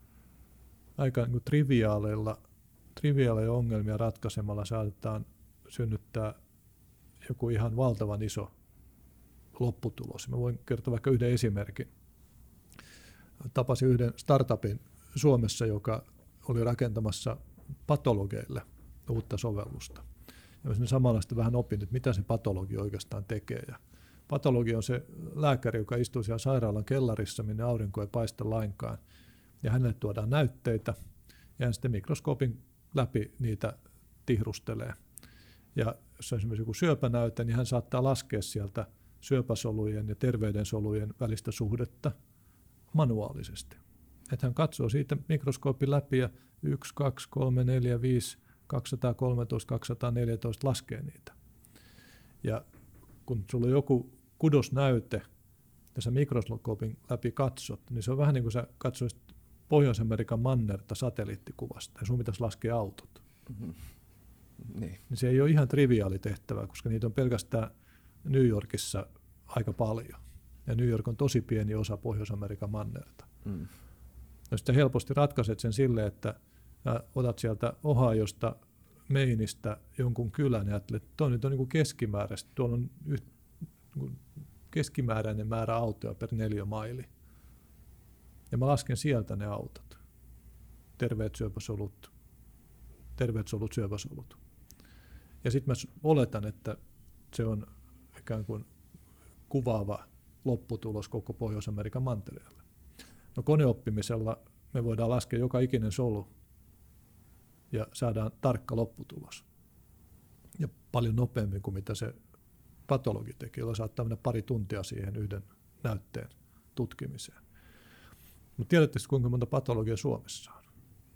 aika niin kuin triviaaleilla, triviaaleja ongelmia ratkaisemalla saatetaan synnyttää joku ihan valtavan iso lopputulos. Mä voin kertoa vaikka yhden esimerkin. Tapasin yhden startupin Suomessa, joka oli rakentamassa patologeille uutta sovellusta. Ja mä samalla sitten vähän opin, että mitä se patologi oikeastaan tekee. Ja patologi on se lääkäri, joka istuu siellä sairaalan kellarissa, minne aurinko ei paista lainkaan. Ja hänelle tuodaan näytteitä, ja hän sitten mikroskoopin läpi niitä tihrustelee. Ja jos on esimerkiksi joku syöpänäyte, niin hän saattaa laskea sieltä syöpäsolujen ja terveydensolujen välistä suhdetta manuaalisesti. Että hän katsoo siitä mikroskoopin läpi ja yksi, kaksi, kolme, neljä, viisi, kaksisataakolmetoista, kaksisataaneljätoista laskee niitä. Ja kun sulla on joku kudosnäyte ja sä mikroskoopin läpi katsot, niin se on vähän niin kuin sä katsoisit Pohjois-Amerikan mannerta satelliittikuvasta ja sun pitäisi laskea autot. Mm-hmm. Niin. Niin se ei ole ihan triviaali tehtävä, koska niitä on pelkästään New Yorkissa aika paljon. Ja New York on tosi pieni osa Pohjois-Amerikan mannerta. Mm. Ja sitten helposti ratkaiset sen silleen, että otat sieltä Ohiosta Mainista jonkun kylän ja ajattelin, että tuo nyt on niin kuin keskimääräistä. Tuolla on yht, niin keskimääräinen määrä autoja per neliömaili. Ja mä lasken sieltä ne autot. Terveet syöpäsolut, terveet solut, syöpäsolut. Ja sitten mä oletan, että se on ikään kuin kuvaava lopputulos koko Pohjois-Amerikan mantereella. No koneoppimisella me voidaan laskea joka ikinen solu ja saadaan tarkka lopputulos. Ja paljon nopeammin kuin mitä se patologi teki, jolla saattaa mennä pari tuntia siihen yhden näytteen tutkimiseen. Mutta tiedätte, kuinka monta patologia Suomessa on?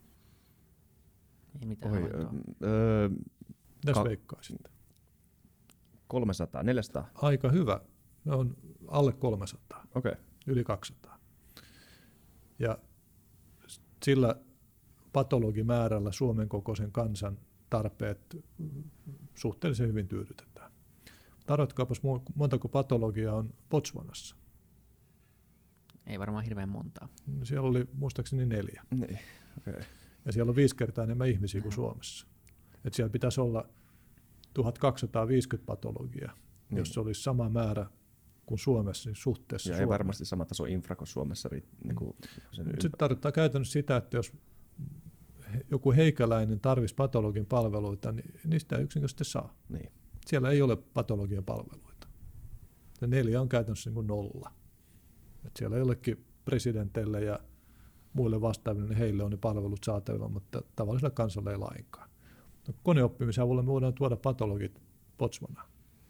Ei mitään Oi, havaintoa. öö, Mitäs ka- veikkaisit? kolmesataa, neljäsataa. Aika hyvä. Ne on alle kolmesataa, Okei. Okay. yli kaksisataa. Ja sillä patologimäärällä Suomen kokoisen kansan tarpeet suhteellisen hyvin tyydytetään. Tarvitskaapas montako patologiaa on Botswanassa? Ei varmaan hirveän montaa. Siellä oli muistaakseni neljä. Niin. Okay. Ja siellä on viisi kertaa enemmän ihmisiä kuin Suomessa. Et siellä pitäisi olla tuhatkaksisataaviisikymmentä patologiaa, niin. Jos se olisi sama määrä kuin Suomessa, niin suhteessa Ja Suomeen. ei varmasti sama taso infra kuin Suomessa. Niin kuin sen Sitten tarkoittaa käytännössä sitä, että jos joku heikäläinen tarvitsisi patologin palveluita, niin niistä ei yksinkertaisesti saa. Niin. Siellä ei ole patologian palveluita. Ja neljä on käytännössä niin kuin nolla. Et siellä jollekin presidenteille ja muille vastaaville, niin heille on ne palvelut saatavilla, mutta tavallisella kansalla ei lainkaan. No, koneoppimisen avulla me voidaan tuoda patologit Botswanaan.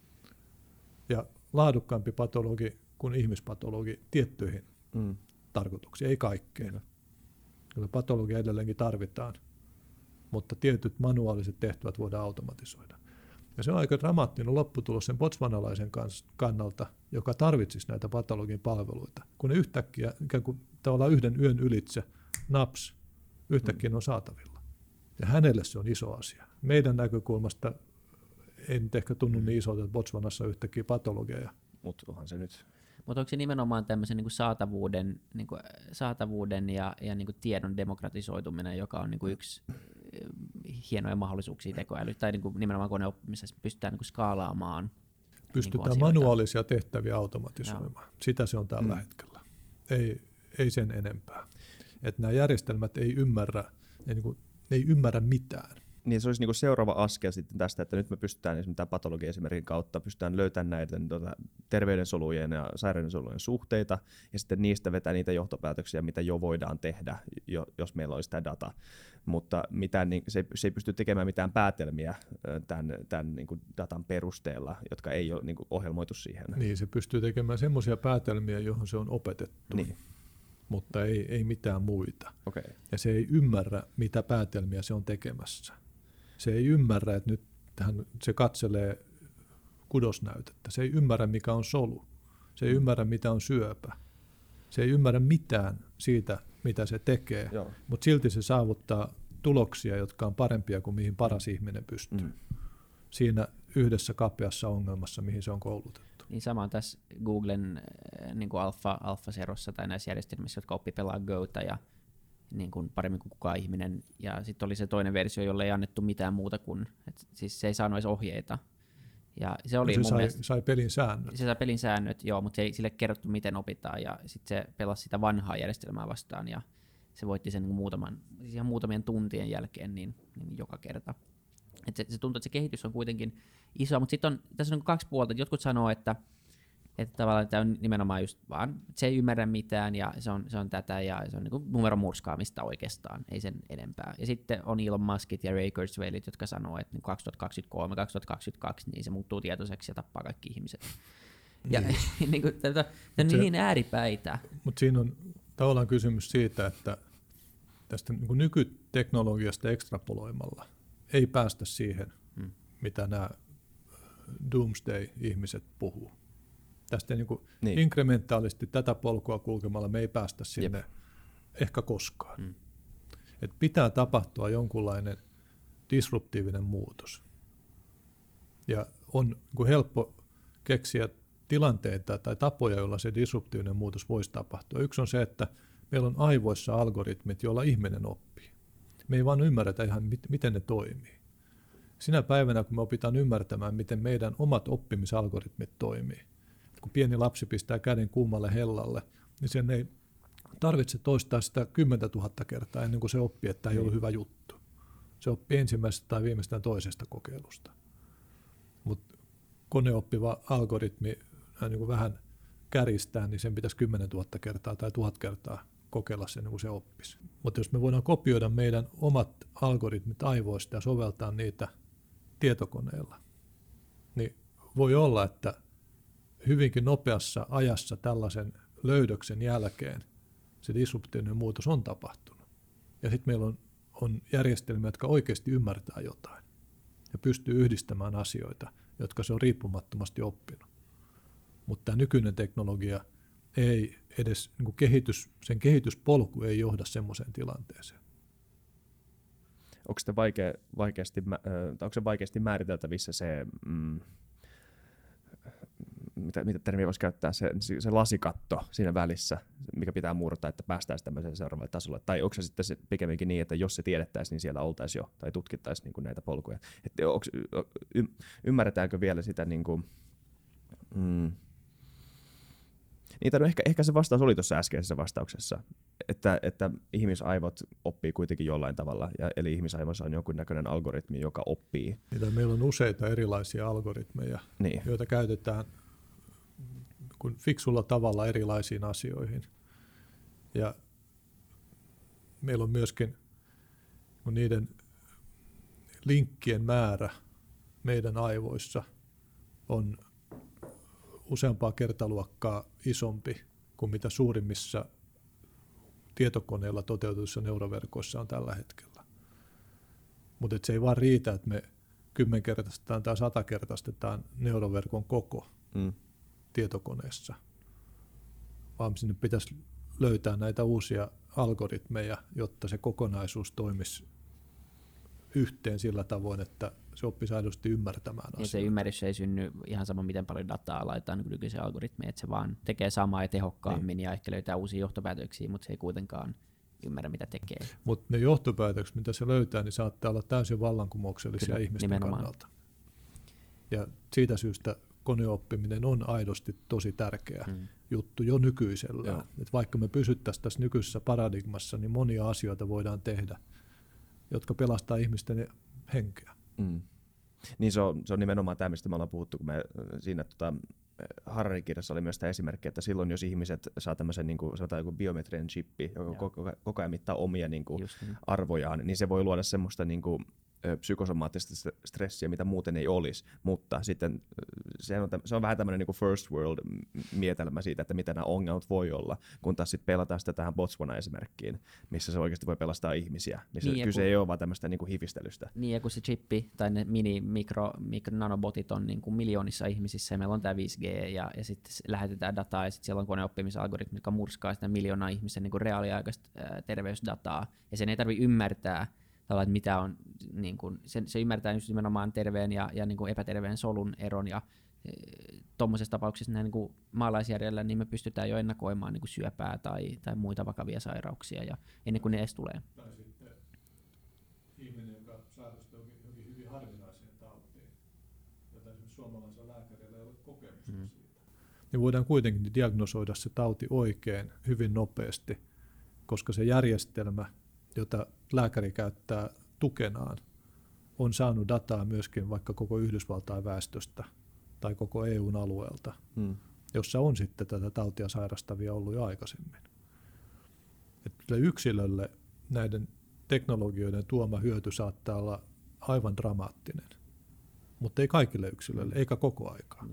Ja laadukkaampi patologi kuin ihmispatologi tiettyihin mm. tarkoituksiin, ei kaikkeen. Kyllä patologia edelleenkin tarvitaan, mutta tietyt manuaaliset tehtävät voidaan automatisoida. Ja se on aika dramaattinen lopputulos sen botswanalaisen kannalta, joka tarvitsisi näitä patologin palveluita. Kun ne yhtäkkiä, ikään kuin tavallaan yhden yön ylitse, naps, yhtäkkiä mm. on saatavilla. Ja hänelle se on iso asia. Meidän näkökulmasta ei nyt ehkä tunnu niin isolta, että Botswanassa yhtäkkiä patologeja. Mutta onhan se nyt. Mutta onko se nimenomaan tämmöisen niinku saatavuuden, niinku, saatavuuden ja, ja niinku tiedon demokratisoituminen, joka on niinku yksi hienoja mahdollisuuksia tekoäly, tai niinku nimenomaan koneoppimisessa pystytään niinku skaalaamaan. Pystytään niinku manuaalisia tehtäviä automatisoimaan. No. Sitä se on tällä mm. hetkellä. Ei, ei sen enempää. Että nämä järjestelmät ei ymmärrä, ei, niinku, ei ymmärrä mitään. Niin se olisi niinku seuraava askel sitten tästä, että nyt me pystytään esimerkiksi tämän patologiaesimerkin kautta pystytään löytämään näiden tuota, terveydensolujen ja sairaudensolujen suhteita ja sitten niistä vetää niitä johtopäätöksiä, mitä jo voidaan tehdä, jo, jos meillä olisi tämä data. Mutta mitään, niin, se, ei, se ei pysty tekemään mitään päätelmiä tämän, tämän niin kuin datan perusteella, jotka ei ole niin kuin ohjelmoitu siihen. Niin, se pystyy tekemään semmoisia päätelmiä, johon se on opetettu. Niin. Mutta ei, ei mitään muita. Okay. Ja se ei ymmärrä, mitä päätelmiä se on tekemässä. Se ei ymmärrä, että nyt hän, se katselee kudosnäytettä. Se ei ymmärrä, mikä on solu. Se ei mm. ymmärrä, mitä on syöpä. Se ei ymmärrä mitään siitä, mitä se tekee, mutta silti se saavuttaa tuloksia, jotka on parempia kuin mihin paras mm. ihminen pystyy. Mm. Siinä yhdessä kapeassa ongelmassa, mihin se on koulutettu. Niin sama on tässä Googlen niin kuin alfa, alfaserossa tai näissä järjestelmissä, jotka oppi pelaa Gota ja niin kuin paremmin kuin kukaan ihminen. Ja sitten oli se toinen versio, jolle ei annettu mitään muuta kuin, että siis se ei saanut edes ohjeita. Ja se oli no se mun sai, mielestä, sai pelin säännöt. Se sai pelin säännöt, joo, mutta se ei sille kerrottu, miten opitaan. Ja sitten se pelasi sitä vanhaa järjestelmää vastaan ja se voitti sen muutaman, siis ihan muutamien tuntien jälkeen niin, niin joka kerta. Et se, se tuntuu, että se kehitys on kuitenkin iso, mutta sitten on, tässä on kaksi puolta. Jotkut sanoo, että Että tavallaan tämä on nimenomaan just vaan, että se ei ymmärrä mitään ja se on, se on tätä ja se on niin kuin numeron murskaamista oikeastaan, ei sen enempää. Ja sitten on Elon Muskit ja Ray Kurzweilit, jotka sanoo, että kaksituhattakaksikymmentäkolme kaksituhattakaksikymmentäkaksi niin se muuttuu tietoiseksi ja tappaa kaikki ihmiset. Ja niin. niin kuin, tätä, tätä on niin ääripäitä. Mutta siinä on tavallaan kysymys siitä, että tästä niin kuin nykyteknologiasta ekstrapoloimalla ei päästä siihen, hmm. mitä nämä doomsday-ihmiset puhuu. Tästä niin kuin niin. inkrementaalisesti tätä polkua kulkemalla me ei päästä sinne Jep. ehkä koskaan. Hmm. Et pitää tapahtua jonkunlainen disruptiivinen muutos. Ja on niin kuin helppo keksiä tilanteita tai tapoja, joilla se disruptiivinen muutos voisi tapahtua. Yksi on se, että meillä on aivoissa algoritmit, joilla ihminen oppii. Me ei vaan ymmärretä ihan, miten ne toimii. Sinä päivänä, kun me opitaan ymmärtämään, miten meidän omat oppimisalgoritmit toimii, kun pieni lapsi pistää käden kuumalle hellalle, niin sen ei tarvitse toistaa sitä kymmentätuhatta kertaa ennen kuin se oppii, että tämä ei ollut hyvä juttu. Se oppii ensimmäisestä tai viimeistään toisesta kokeilusta. Mutta koneoppiva algoritmi niin kuin vähän kärjistää, niin sen pitäisi kymmenentuhatta kertaa tai tuhat kertaa kokeilla sen, kun se oppisi. Mutta jos me voidaan kopioida meidän omat algoritmit aivoista ja soveltaa niitä tietokoneella, niin voi olla, että hyvinkin nopeassa ajassa tällaisen löydöksen jälkeen se disruptiivinen muutos on tapahtunut. Ja sitten meillä on, on järjestelmiä, jotka oikeasti ymmärtää jotain ja pystyy yhdistämään asioita, jotka se on riippumattomasti oppinut. Mutta tämä nykyinen teknologia ei edes, niin kuin kehitys, sen kehityspolku ei johda semmoiseen tilanteeseen. Onko se, vaikea, vaikeasti, onko se vaikeasti määriteltävissä se, mm, mitä, mitä termiä voisi käyttää, se, se lasikatto siinä välissä, mikä pitää murtaa, että päästäisiin tämmöiseen seuraavalle tasolle? Tai onko se sitten se pikemminkin niin, että jos se tiedettäisiin, niin siellä oltaisiin jo, tai tutkittaisiin niin kuin näitä polkuja? Että onko, y, ymmärretäänkö vielä sitä, niin kuin, mm, Niin, no ehkä, ehkä se vastaus oli tuossa äskeisessä vastauksessa, että, että ihmisaivot oppii kuitenkin jollain tavalla, ja, eli ihmisaivoissa on jonkunnäköinen algoritmi, joka oppii. Niitä meillä on useita erilaisia algoritmeja, niin. joita käytetään kun fiksulla tavalla erilaisiin asioihin. Ja meillä on myöskin niiden linkkien määrä meidän aivoissa on useampaa kertaluokkaa isompi kuin mitä suurimmissa tietokoneilla toteutetuissa neuroverkoissa on tällä hetkellä. Mutta se ei vaan riitä, että me kymmenkertaistetaan tai satakertaistetaan neuroverkon koko mm. tietokoneessa, vaan sinne pitäisi löytää näitä uusia algoritmeja, jotta se kokonaisuus toimisi yhteen sillä tavoin, että se oppisi aidosti ymmärtämään asioita. Ja se ymmärrys ei synny ihan sama, miten paljon dataa laitetaan niin nykyisiä algoritmeja, että se vaan tekee samaa ja tehokkaammin niin. ja ehkä löytää uusia johtopäätöksiä, mutta se ei kuitenkaan ymmärrä, mitä tekee. Mutta ne johtopäätökset, mitä se löytää, niin saattaa olla täysin vallankumouksellisia Kyllä, ihmisten nimenomaan. kannalta. Ja siitä syystä koneoppiminen on aidosti tosi tärkeä hmm. juttu jo nykyisellään. Et vaikka me pysyttäisiin tässä nykyisessä paradigmassa, niin monia asioita voidaan tehdä, jotka pelastaa ihmisten henkeä. Mm. Niin se on, se on nimenomaan tämä, mistä me ollaan puhuttu, kun me siinä tota, Harari kirjassa oli myös tämä esimerkki, että silloin jos ihmiset saa tämmöisen niin kuin, sanotaan joku biometrinen chippi, joka koko, koko ajan mittaa omia niin kuin, arvojaan, niin se voi luoda semmoista niin kuin, psykosomaattista stressiä, mitä muuten ei olisi, mutta sitten se on, se on vähän tämmöinen niin kuin first world mietelmä siitä, että mitä nämä ongelmat voi olla, kun taas sitten pelataan sitä tähän Botswana-esimerkkiin, missä se oikeasti voi pelastaa ihmisiä, missä niin, kyse kun, ei ole vaan tämmöistä niin kuin hifistelystä. Niin, ja kun se chippi tai ne mini, mikro, mikro nanobotit on niin kuin miljoonissa ihmisissä, ja meillä on tämä viisi G, ja, ja sitten lähetetään dataa, ja sitten siellä on koneoppimisalgoritmi, joka murskaa sitä miljoonaa ihmisen niin kuin reaaliaikaista ää, terveysdataa, ja sen ei tarvitse ymmärtää, että mitä on, niin kuin, se, se ymmärtää just nimenomaan terveen ja, ja niin kuin epäterveen solun eron, ja e, tuommoisessa tapauksessa näin, niin kuin maalaisjärjellä niin me pystytään jo ennakoimaan niin kuin syöpää tai, tai muita vakavia sairauksia ja ennen kuin ne edes tulee. Tai sitten ihminen, joka sairastuu johonkin hyvin harvinaiseen tautiin, jota esimerkiksi suomalaisella lääkärillä ei ole kokemusta hmm. siitä. Niin voidaan kuitenkin diagnosoida se tauti oikein hyvin nopeasti, koska se järjestelmä, jota lääkäri käyttää tukenaan, on saanut dataa myöskin vaikka koko Yhdysvaltain väestöstä tai koko E U:n alueelta, hmm. jossa on sitten tätä tautia sairastavia ollut jo aikaisemmin. Että yksilölle näiden teknologioiden tuoma hyöty saattaa olla aivan dramaattinen, mutta ei kaikille yksilöille, eikä koko aikaa.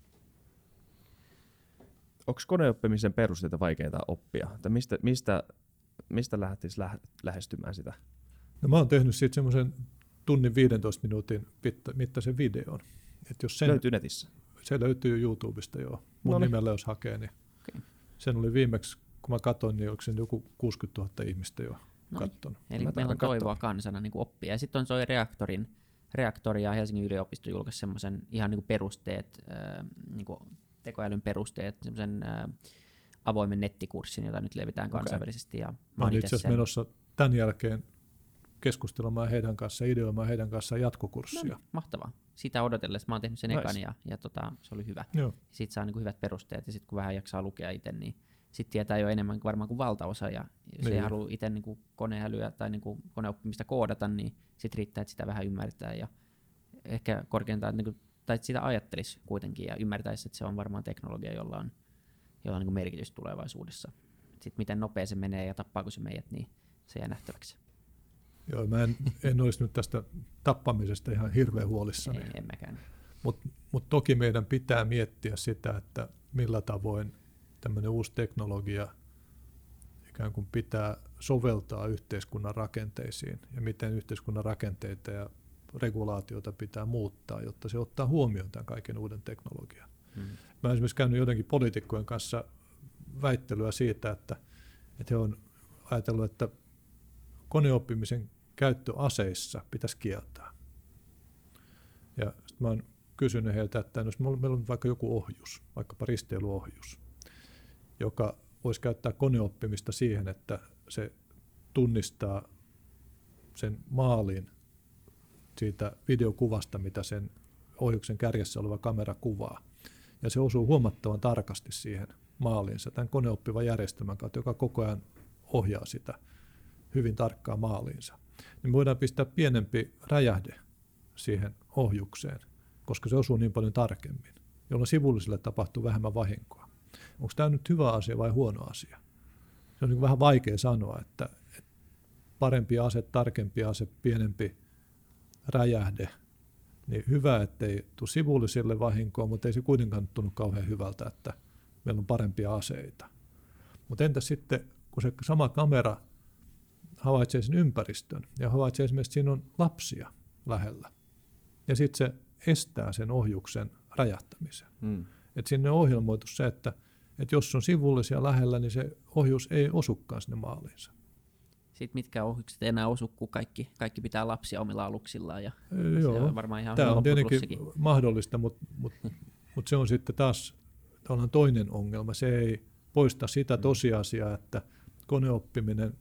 Onko koneoppimisen perusteita vaikeita oppia? Tai mistä, mistä Mistä lähtisi lä- lähestymään sitä? No mä oon tehnyt siitä semmoisen tunnin viidentoista minuutin pitta- mittaisen videon. Et jos sen, löytyy netissä? Se löytyy YouTubesta, joo. Mun Noniin. nimellä jos hakee, niin okay. Sen oli viimeksi, kun mä katsoin, niin oliko sen joku kuusikymmentätuhatta ihmistä jo katsonut. Eli mä meillä on toivoa kansana niin kuin oppia. Ja sitten on se Reaktorin, Reaktori ja Helsingin yliopisto julkaisi semmoisen ihan niin kuin perusteet, äh, niin kuin tekoälyn perusteet, semmoisen äh, avoimen nettikurssin, jota nyt levitään kansainvälisesti. Ja mä oon itse asiassa menossa tämän jälkeen keskustelemaan heidän kanssaan, ideoimaan heidän kanssaan jatkokurssia. No niin, mahtavaa. Sitä odotellessa mä oon tehnyt sen nice. ekan ja, ja tota, se oli hyvä. Sitten saa niinku hyvät perusteet ja sitten kun vähän jaksaa lukea itse, niin sitten tietää jo enemmän varmaan kuin valtaosa. Ja jos niin. ei halua itse niinku koneälyä tai niinku koneoppimista koodata, niin sitten riittää, että sitä vähän ymmärtää. Ja ehkä korkeintaan, niinku, tai että sitä ajattelisi kuitenkin ja ymmärtäisi, että se on varmaan teknologia, jolla on, jolla on niinku merkitys tulevaisuudessa. Sitten miten nopea se menee ja tappaako se meidät, niin se jää nähtäväksi. Joo, mä en, en olisi nyt tästä tappamisesta ihan hirveän huolissani. Ei, en mäkään. Mutta mut toki meidän pitää miettiä sitä, että millä tavoin tämmöinen uusi teknologia ikään kuin pitää soveltaa yhteiskunnan rakenteisiin ja miten yhteiskunnan rakenteita ja regulaatioita pitää muuttaa, jotta se ottaa huomioon tämän kaiken uuden teknologian. Hmm. Mä olen esimerkiksi käynyt jotenkin poliitikkojen kanssa väittelyä siitä, että, että he on ajatellut, että koneoppimisen käyttö aseissa pitäisi kieltää. Ja sitten mä oon kysynyt heiltä, että jos meillä on vaikka joku ohjus, vaikkapa risteilyohjus, joka voisi käyttää koneoppimista siihen, että se tunnistaa sen maalin siitä videokuvasta, mitä sen ohjuksen kärjessä oleva kamera kuvaa. Ja se osuu huomattavan tarkasti siihen maaliinsa tämän koneoppivan järjestelmän kautta, joka koko ajan ohjaa sitä hyvin tarkkaan maaliinsa. Niin voidaan pistää pienempi räjähde siihen ohjukseen, koska se osuu niin paljon tarkemmin, jolloin sivullisille tapahtuu vähemmän vahinkoa. Onko tämä nyt hyvä asia vai huono asia? Se on niin vähän vaikea sanoa, että parempi ase, tarkempi ase, pienempi räjähde, niin hyvä, ettei tule sivullisille vahinkoa, mutta ei se kuitenkaan tunnu kauhean hyvältä, että meillä on parempia aseita. Mutta entä sitten, kun se sama kamera havaitsee sen ympäristön ja havaitsee esimerkiksi, että siinä on lapsia lähellä, ja sitten se estää sen ohjuksen räjähtämisen. Mm. Et sinne on ohjelmoitu se, että, että jos on sivullisia lähellä, niin se ohjus ei osukaan sinne maaliinsa. Sitten mitkä ohjukset enää osu, kun kaikki, kaikki pitää lapsia omilla aluksillaan. Ja Joo, se on varmaan ihan tämä on tietenkin mahdollista, mutta mut, mut se on sitten taas toinen ongelma. Se ei poista sitä mm. tosiasiaa, että koneoppiminen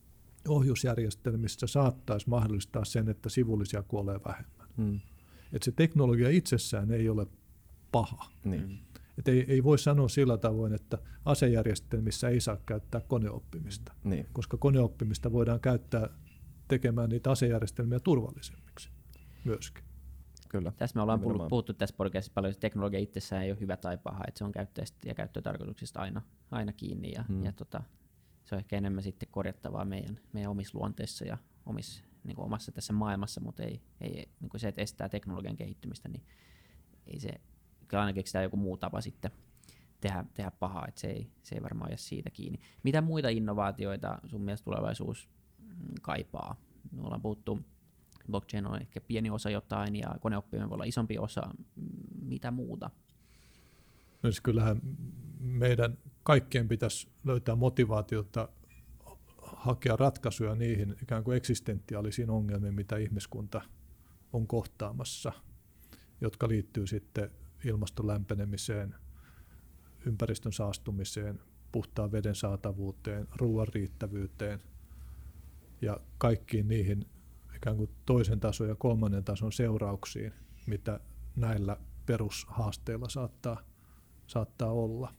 ohjusjärjestelmissä saattaisi mahdollistaa sen, että sivullisia kuolee vähemmän. Mm. Että se teknologia itsessään ei ole paha. Niin. Et ei, ei voi sanoa sillä tavoin, että asejärjestelmissä ei saa käyttää koneoppimista, niin. koska koneoppimista voidaan käyttää tekemään niitä asejärjestelmiä turvallisemmiksi myöskin. Kyllä. Tässä me ollaan puhuttu, puhuttu tässä podcastissa paljon, että teknologia itsessään ei ole hyvä tai paha, että se on käyttäjistä ja käyttötarkoituksista aina, aina kiinni ja, hmm. ja tota, se on ehkä enemmän sitten korjattavaa meidän, meidän omissa luonteissa ja omissa, niin kuin omassa tässä maailmassa, mutta ei, ei niin kuin se, että estää teknologian kehittymistä, niin ei se, kyllä aina keksitään joku muu tapa sitten tehdä, tehdä pahaa, että se ei, se ei varmaan jää siitä kiinni. Mitä muita innovaatioita sun mielestä tulevaisuus kaipaa? Me ollaan puhuttu, blockchain on ehkä pieni osa jotain ja koneoppiminen voi olla isompi osa. Mitä muuta? Myös kyllähän meidän kaikkien pitäisi löytää motivaatiota hakea ratkaisuja niihin ikään kuin eksistentiaalisiin ongelmiin, mitä ihmiskunta on kohtaamassa, jotka liittyy sitten ilmaston lämpenemiseen, ympäristön saastumiseen, puhtaan veden saatavuuteen, ruoan riittävyyteen ja kaikkiin niihin ikään kuin toisen tason ja kolmannen tason seurauksiin, mitä näillä perushaasteilla saattaa, saattaa olla.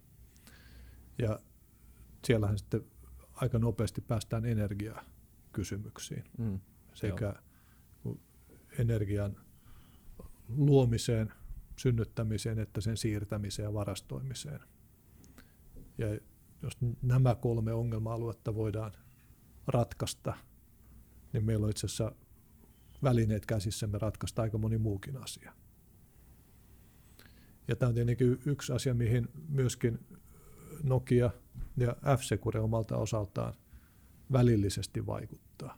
Ja siellähän sitten aika nopeasti päästään energiakysymyksiin mm, sekä joo. energian luomiseen, synnyttämiseen että sen siirtämiseen ja varastoimiseen. Ja jos nämä kolme ongelma-aluetta voidaan ratkaista, niin meillä on itse asiassa välineet käsissämme ratkaista aika moni muukin asia. Ja tämä on tietenkin yksi asia, mihin myöskin Nokia ja F-Secure omalta osaltaan välillisesti vaikuttaa.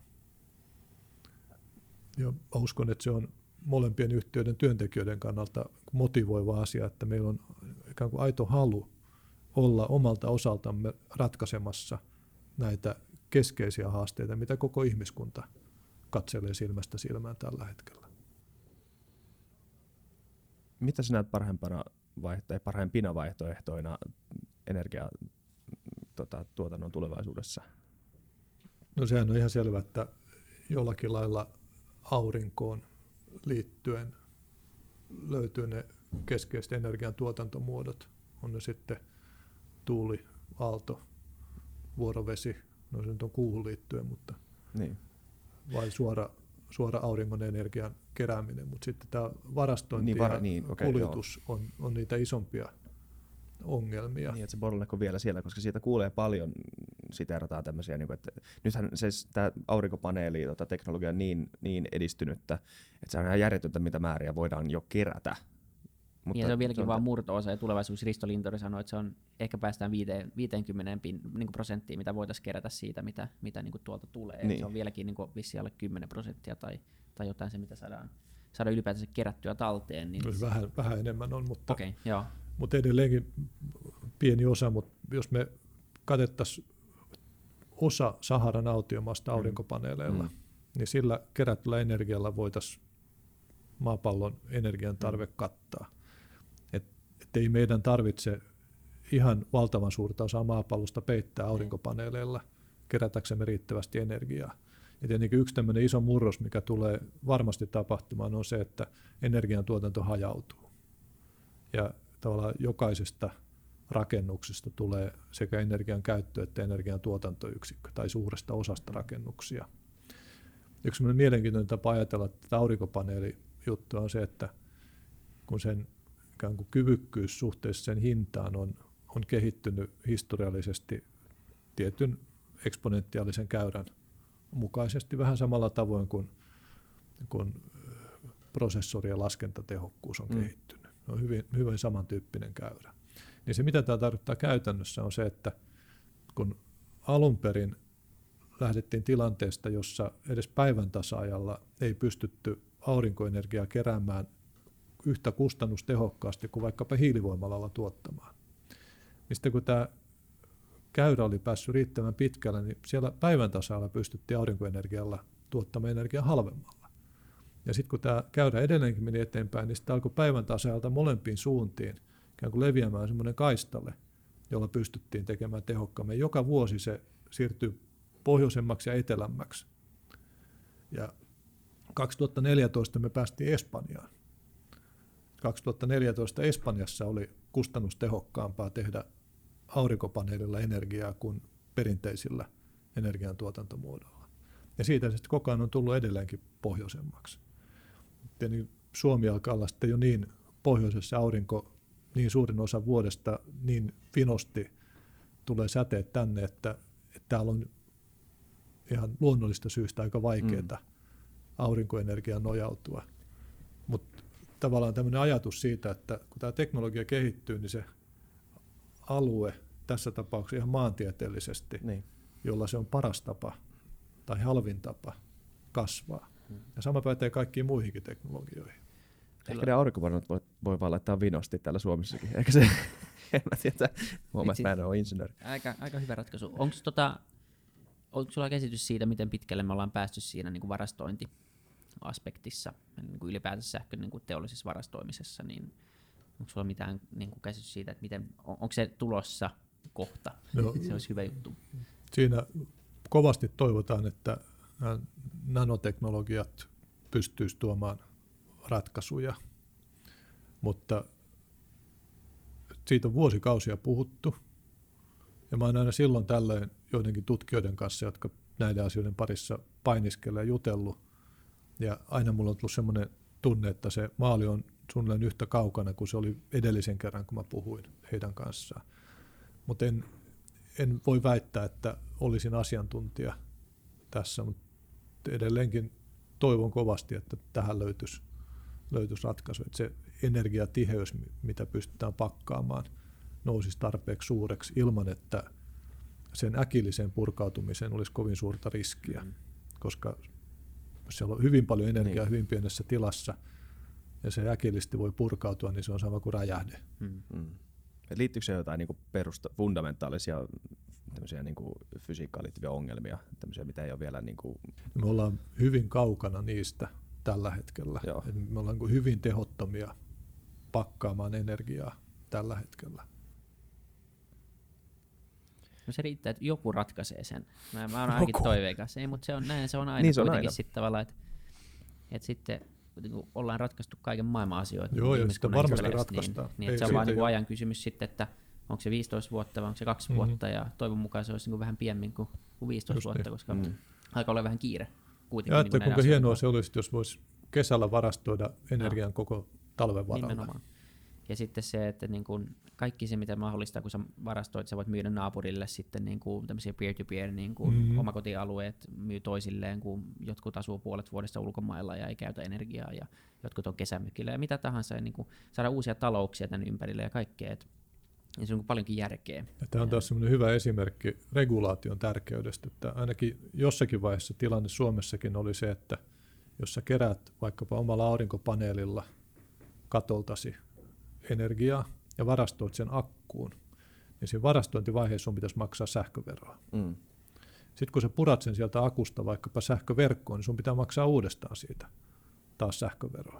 Ja uskon, että se on molempien yhtiöiden työntekijöiden kannalta motivoiva asia, että meillä on ikään kuin aito halu olla omalta osaltamme ratkaisemassa näitä keskeisiä haasteita, mitä koko ihmiskunta katselee silmästä silmään tällä hetkellä. Mitä sinä näet parhaimpana vaihto- parhaimpina vaihtoehtoina energiatuotannon tota, tulevaisuudessa? No sehän on ihan selvä, että jollakin lailla aurinkoon liittyen löytyy ne keskeiset energiantuotantomuodot. On ne sitten tuuli, aalto, vuorovesi, no se nyt on kuuhun liittyen, mutta niin. vai suora, suora auringon energian kerääminen, mutta sitten tämä varastointi niin, var, ja niin, okay, kuljetus on, on niitä isompia ongelmia. Niin, että se bottleneck on vielä siellä, koska siitä kuulee paljon, siteerataan tämmöisiä, niin kuin, että nythän se, tämä aurinkopaneeli tota, teknologia on niin, niin edistynyttä, että se on ihan järjetöntä, mitä määriä voidaan jo kerätä. Mutta ja se on vieläkin se on vain murto-osa, ja tulevaisuus Risto Lintori sanoi, että se on, ehkä päästään viisikymmentä pin, niin prosenttia, mitä voitaisiin kerätä siitä, mitä, mitä niin tuolta tulee. Niin. Se on vieläkin niin vissiin alle kymmenen prosenttia tai, tai jotain se, mitä saadaan, saadaan ylipäätänsä kerättyä talteen. Niin vähän, vähän enemmän on, mutta, okay, joo. mutta edelleenkin pieni osa, mutta jos me katettaisiin osa Saharan autiomaasta aurinkopaneeleilla, mm. niin sillä kerätyllä energialla voitaisiin maapallon energian tarve mm. kattaa. Että ei meidän tarvitse ihan valtavan suurta osaa maapallosta peittää aurinkopaneeleilla kerätäksemme riittävästi energiaa. Ja tietenkin yksi tämmöinen iso murros, mikä tulee varmasti tapahtumaan, on se, että energiantuotanto hajautuu. Ja tavallaan jokaisesta rakennuksesta tulee sekä energian käyttö- että energian tuotantoyksikkö tai suuresta osasta rakennuksia. Yksi mielenkiintoinen tapa ajatella, että aurinkopaneelijuttu on se, että kun sen ikään kuin kyvykkyys suhteessa sen hintaan on, on kehittynyt historiallisesti tietyn eksponentiaalisen käyrän mukaisesti vähän samalla tavoin kuin, kuin prosessori- ja laskentatehokkuus on mm. kehittynyt. Se on hyvin, hyvin samantyyppinen käyrä. Niin se, mitä tämä tarkoittaa käytännössä, on se, että kun alun perin lähdettiin tilanteesta, jossa edes päivän tasa-ajalla ei pystytty aurinkoenergiaa keräämään yhtä kustannustehokkaasti kuin vaikkapa hiilivoimalalla tuottamaan. Niin sitten kun tämä käyrä oli päässyt riittävän pitkälle, niin siellä päivän tasalla pystyttiin aurinkoenergialla tuottamaan energiaa halvemmalla. Ja sitten kun tämä käyrä edelleenkin meni eteenpäin, niin sitten alkoi päivän tasalta molempiin suuntiin ikään kuin leviämään semmoinen kaistalle, jolla pystyttiin tekemään tehokkaammin. Joka vuosi se siirtyi pohjoisemmaksi ja etelämmäksi. Ja kaksituhattaneljätoista me päästiin Espanjaan. kaksituhattaneljätoista Espanjassa oli kustannustehokkaampaa tehdä aurinkopaneelilla energiaa kuin perinteisillä energiantuotantomuodoilla. Ja siitä se sitten koko ajan on tullut edelleenkin pohjoisemmaksi. Ja niin Suomi alkaa olla sitten jo niin pohjoisessa aurinko niin suurin osa vuodesta niin finosti tulee säteet tänne, että, että täällä on ihan luonnollista syystä aika vaikeaa mm. aurinkoenergiaan nojautua. Mutta tavallaan tämmöinen ajatus siitä, että kun tämä teknologia kehittyy, niin se alue tässä tapauksessa ihan maantieteellisesti, niin. jolla se on paras tapa tai halvin tapa kasvaa. Hmm. Ja sama pätee kaikkiin muihinkin teknologioihin. Ehkä ne aurinkopaneelit voi, voi vaan laittaa vinosti täällä Suomessakin. Ehkä se, en mä tiedä, huomaa, että mä en ole insinööri. Aika, aika hyvä ratkaisu. Onko tota, onko sulla käsitys siitä, miten pitkälle me ollaan päästy siinä niin kuin varastointiaspektissa, niin kuin ylipäätänsä sähkön niin kuin teollisessa varastoimisessa, niin onko sulla mitään niin kuin käsitys siitä, että miten, on, onko se tulossa kohta? No, se olisi hyvä juttu. Siinä kovasti toivotaan, että nämä nanoteknologiat pystyisivät tuomaan ratkaisuja, mutta siitä on vuosikausia puhuttu. Ja mä oon aina silloin tällöin joidenkin tutkijoiden kanssa, jotka näiden asioiden parissa painiskelee ja jutellut. Ja aina mulla on tullut semmoinen tunne, että se maali on suunnilleen yhtä kaukana kuin se oli edellisen kerran, kun mä puhuin heidän kanssaan. Mutta en, en voi väittää, että olisin asiantuntija tässä, mutta edelleenkin toivon kovasti, että tähän löytyisi, löytyisi ratkaisu. Että se energiatiheys, mitä pystytään pakkaamaan, nousisi tarpeeksi suureksi ilman, että sen äkilliseen purkautumiseen olisi kovin suurta riskiä, mm. koska siellä on hyvin paljon energiaa niin. hyvin pienessä tilassa, ja se äkillisesti voi purkautua, niin se on sama kuin räjähde. Mm. Mm. Liittyykö se jotain niin kuin perusta, fundamentaalisia niin kuin fysiikkaan liittyviä ongelmia, tämmöisiä, mitä ei ole vielä... Niin kuin... Me ollaan hyvin kaukana niistä tällä hetkellä. Me ollaan niin hyvin tehottomia pakkaamaan energiaa tällä hetkellä. No se riittää, että joku ratkaisee sen. Mä, mä oon ainakin toiveikas. Ei, mutta se on näin, se on aina niin se on kuitenkin aina. Sitten tavallaan, että, että sitten kun ollaan ratkaistu kaiken maailman asioita. Joo, niin ja sitten varmasti niin, ratkaistaan. Niin, niin se on vaan niin ajan kysymys sitten, että onko se viisitoista vuotta vai onko se kaksi mm-hmm. vuotta, ja toivon mukaan se olisi niin vähän piemmin kuin, kuin viisitoista Just vuotta, niin. koska mm. alkaa olla vähän kiire. Ja ajattelin, niin kuinka hienoa se olisi, jos voisi kesällä varastoida energian no. koko talven varalle. Nimenomaan. Ja sitten se, että niin kuin kaikki se, mitä mahdollista, kun sä varastoit, sä voit myydä naapurille sitten niin kuin tämmöisiä peer-to-peer niin kuin mm-hmm. omakotialueet myy toisilleen, kun jotkut asuu puolet vuodesta ulkomailla ja ei käytä energiaa ja jotkut on kesämykillä ja mitä tahansa. Ja niin kuin saada uusia talouksia tämän ympärille ja kaikkea. Et, ja se on paljonkin järkeä. Ja tämä on taas semmoinen hyvä esimerkki regulaation tärkeydestä, että ainakin jossakin vaiheessa tilanne Suomessakin oli se, että jos sä keräät vaikkapa omalla aurinkopaneelilla katoltasi energiaa ja varastoit sen akkuun, niin siinä varastointivaiheessa sun pitäisi maksaa sähköveroa. Mm. Sitten kun sä purat sen sieltä akusta vaikkapa sähköverkkoon, niin sun pitää maksaa uudestaan siitä taas sähköveroa.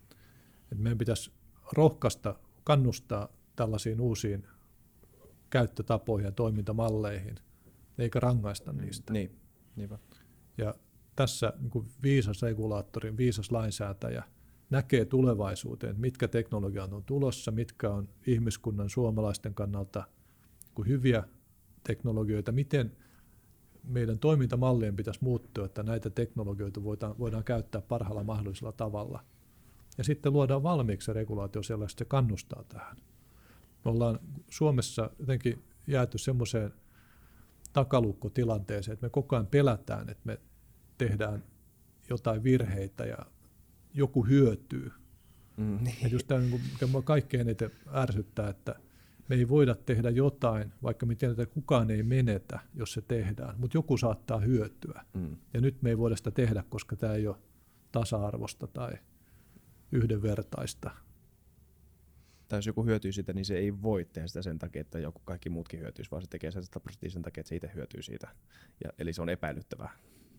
Et meidän pitäisi rohkaista, kannustaa tällaisiin uusiin käyttötapoihin ja toimintamalleihin, eikä rangaista niistä. Niin. Niinpä. Ja tässä niin kuin viisas regulaattori, viisas lainsäätäjä näkee tulevaisuuteen, mitkä teknologiat on tulossa, mitkä on ihmiskunnan suomalaisten kannalta hyviä teknologioita, miten meidän toimintamallien pitäisi muuttua, että näitä teknologioita voidaan, voidaan käyttää parhaalla mahdollisella tavalla. Ja sitten luodaan valmiiksi regulaatio sellaista, että se kannustaa tähän. Me ollaan Suomessa jotenkin jääty semmoiseen takalukkotilanteeseen, että me koko ajan pelätään, että me tehdään jotain virheitä ja joku hyötyy. Mm. Ja just tämä, mikä minua kaikkein eniten ärsyttää, että me ei voida tehdä jotain, vaikka me tiedetään, että kukaan ei menetä, jos se tehdään, mutta joku saattaa hyötyä. Mm. Ja nyt me ei voida sitä tehdä, koska tämä ei ole tasa-arvosta tai yhdenvertaista. Tai jos joku hyötyy siitä, niin se ei voi tehdä sitä sen takia, että joku kaikki muutkin hyötyisi, vaan se tekee sen sata prosenttia sen takia, että se itse hyötyy siitä. Ja, eli se on epäilyttävää.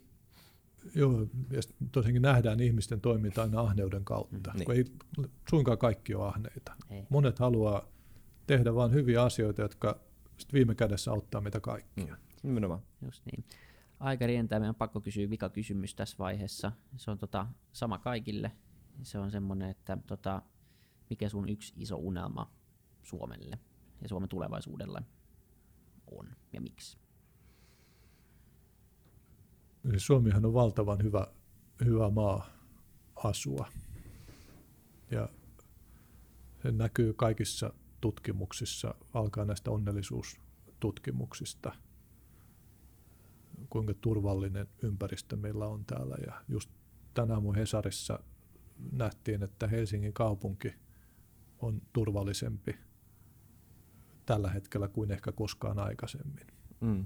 Joo, ja tosiaankin nähdään ihmisten toiminta aina ahneuden kautta, mm, kun niin. ei suinkaan kaikki ole ahneita. Ei. Monet haluaa tehdä vain hyviä asioita, jotka sit viime kädessä auttaa meitä kaikkia. Mm. Nimenomaan. Just niin. Aika rientää, meidän on pakko kysyä vika kysymys tässä vaiheessa. Se on tota, sama kaikille. Se on semmoinen, että tota, mikä sun yksi iso unelma Suomelle ja Suomen tulevaisuudelle on ja miksi? Suomihan on valtavan hyvä, hyvä maa asua ja se näkyy kaikissa tutkimuksissa, alkaa näistä onnellisuustutkimuksista, kuinka turvallinen ympäristö meillä on täällä. Ja just tänä aamun Hesarissa nähtiin, että Helsingin kaupunki on turvallisempi tällä hetkellä kuin ehkä koskaan aikaisemmin. Mm.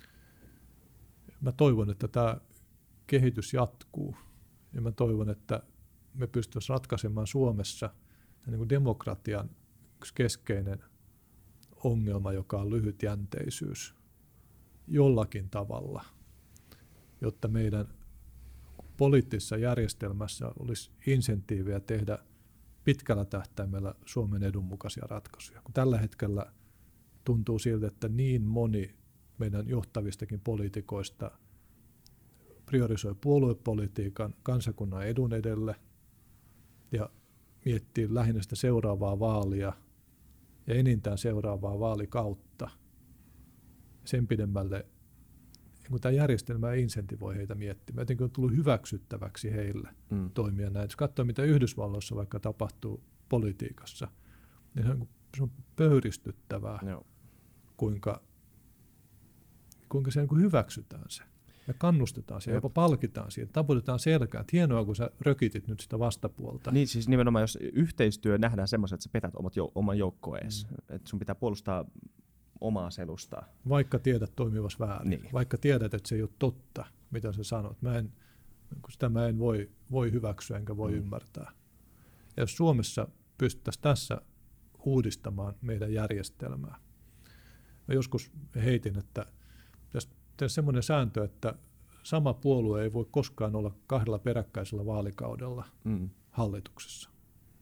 Mä toivon, että tämä kehitys jatkuu ja mä toivon, että me pystyisimme ratkaisemaan Suomessa niin kuin demokratian yksi keskeinen ongelma, joka on lyhytjänteisyys jollakin tavalla, jotta meidän poliittisessa järjestelmässä olisi insentiiviä tehdä pitkällä tähtäimellä Suomen edun mukaisia ratkaisuja. Kun tällä hetkellä tuntuu siltä, että niin moni meidän johtavistakin poliitikoista priorisoi puoluepolitiikan kansakunnan edun edelle ja miettii lähinnä sitä seuraavaa vaalia ja enintään seuraavaa vaalikautta. Sen pidemmälle kun tämä järjestelmä insentivoi heitä miettimään, jotenkin on tullut hyväksyttäväksi heille mm. toimia näin. Jos katsoo, mitä Yhdysvalloissa vaikka tapahtuu politiikassa, niin se on, se on pöyristyttävää, no. kuinka, kuinka se niin kuin hyväksytään se. Ja kannustetaan siihen, jopa palkitaan siihen, taputetaan selkään. Hienoa, kun sä rökitit nyt sitä vastapuolta. Niin siis nimenomaan, jos yhteistyö nähdään semmoisen, että sä petät omat jou- oman joukkoeesi, mm. että sun pitää puolustaa omaa selustaa. Vaikka tiedät toimivas väärin, niin. Vaikka tiedät, että se ei ole totta, mitä sä sanot. Mä en, sitä mä en voi, voi hyväksyä enkä voi mm. ymmärtää. Ja jos Suomessa pystyttäisiin tässä uudistamaan meidän järjestelmää. Mä joskus heitin, että tehdä semmoinen sääntö, että sama puolue ei voi koskaan olla kahdella peräkkäisellä vaalikaudella mm. hallituksessa.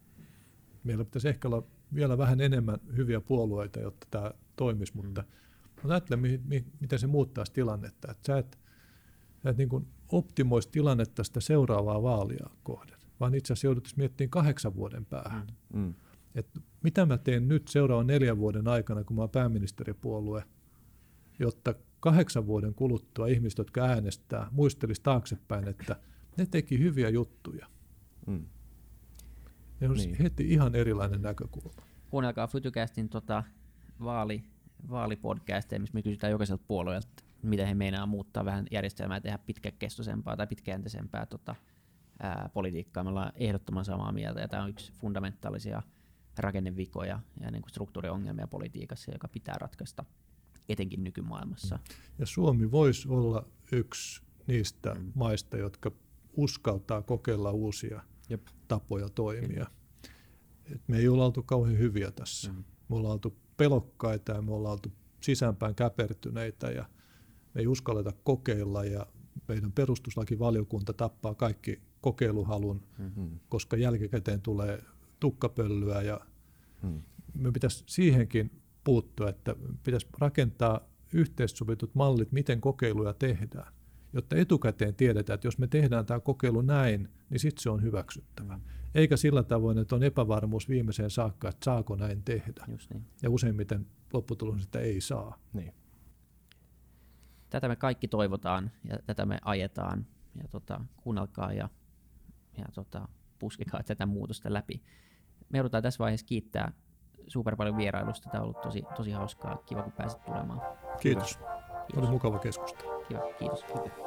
Meillä pitäisi ehkä olla vielä vähän enemmän hyviä puolueita, jotta tämä toimisi, mutta mm. Mutta ajattele, mi, mi, miten se muuttaisi tilannetta. Että sä et, sä et niin kuin optimoisi tilannetta sitä seuraavaa vaalia kohden, vaan itse asiassa jouduttaisiin miettimään kahdeksan vuoden päähän. Mm. Mm. Että mitä mä teen nyt seuraavan neljän vuoden aikana, kun mä oon pääministeripuolue, jotta kahdeksan vuoden kuluttua ihmiset, jotka äänestää, muistelisi taaksepäin, että ne teki hyviä juttuja. Mm. Ne olisi niin. heti ihan erilainen näkökulma. Kuunnelkaa FutuCastin tota, vaali, vaalipodcasteja, missä me kysytään jokaiselta puolueelta, miten he meinaa muuttaa vähän järjestelmää ja tehdä pitkäkestoisempaa tai pitkäjänteisempää tota, ää, politiikkaa. Me ollaan ehdottoman samaa mieltä, ja tämä on yksi fundamentaalisia rakennevikoja ja niin kuin struktuuriongelmia politiikassa, joka pitää ratkaista etenkin nykymaailmassa. Ja Suomi voisi olla yksi niistä mm. maista, jotka uskaltaa kokeilla uusia Jep. tapoja toimia. Et me ei olla oltu kauhean hyviä tässä. Mm. Me ollaan oltu pelokkaita ja me ollaan oltu sisäänpäin käpertyneitä ja me ei uskalleta kokeilla ja meidän perustuslakivaliokunta tappaa kaikki kokeiluhalun, mm-hmm. koska jälkikäteen tulee tukkapöllyä ja mm. me pitäisi siihenkin puuttua, että pitäisi rakentaa yhteissovitut mallit, miten kokeiluja tehdään, jotta etukäteen tiedetään, että jos me tehdään tämä kokeilu näin, niin sitten se on hyväksyttävä. Mm. Eikä sillä tavoin, että on epävarmuus viimeiseen saakka, että saako näin tehdä. Just niin. Ja useimmiten lopputulos, että ei saa. Niin. Tätä me kaikki toivotaan ja tätä me ajetaan. Ja tota, kuunnelkaa ja, ja tota, puskekaa tätä muutosta läpi. Me joudutaan tässä vaiheessa kiittää super paljon vierailusta. Tämä on ollut tosi, tosi hauskaa. Kiva, kun pääsit tulemaan. Kiitos. Kiitos. Oli mukava keskustella. Kiva, kiitos.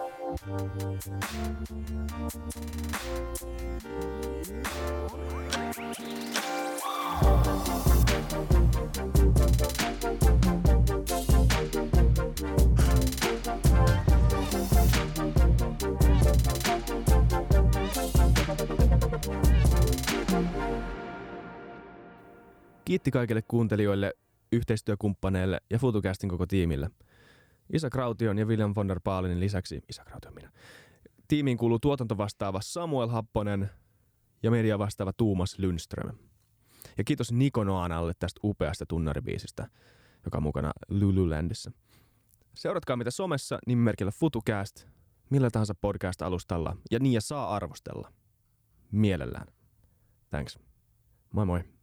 Kiitti kaikille kuuntelijoille, yhteistyökumppaneille ja FutuCastin koko tiimille. Isak Raution ja William von der Baalinin lisäksi, Isak Raution minä, tiimiin kuuluu tuotantovastaava Samuel Happonen ja media vastaava Tuomas Lundström. Ja kiitos Niko Noanalle tästä upeasta tunnaribiisistä, joka on mukana Lululandissa. Seuratkaa mitä somessa nimimerkillä FutuCast, millä tahansa podcast-alustalla, ja niin ja saa arvostella. Mielellään. Thanks. Moi moi.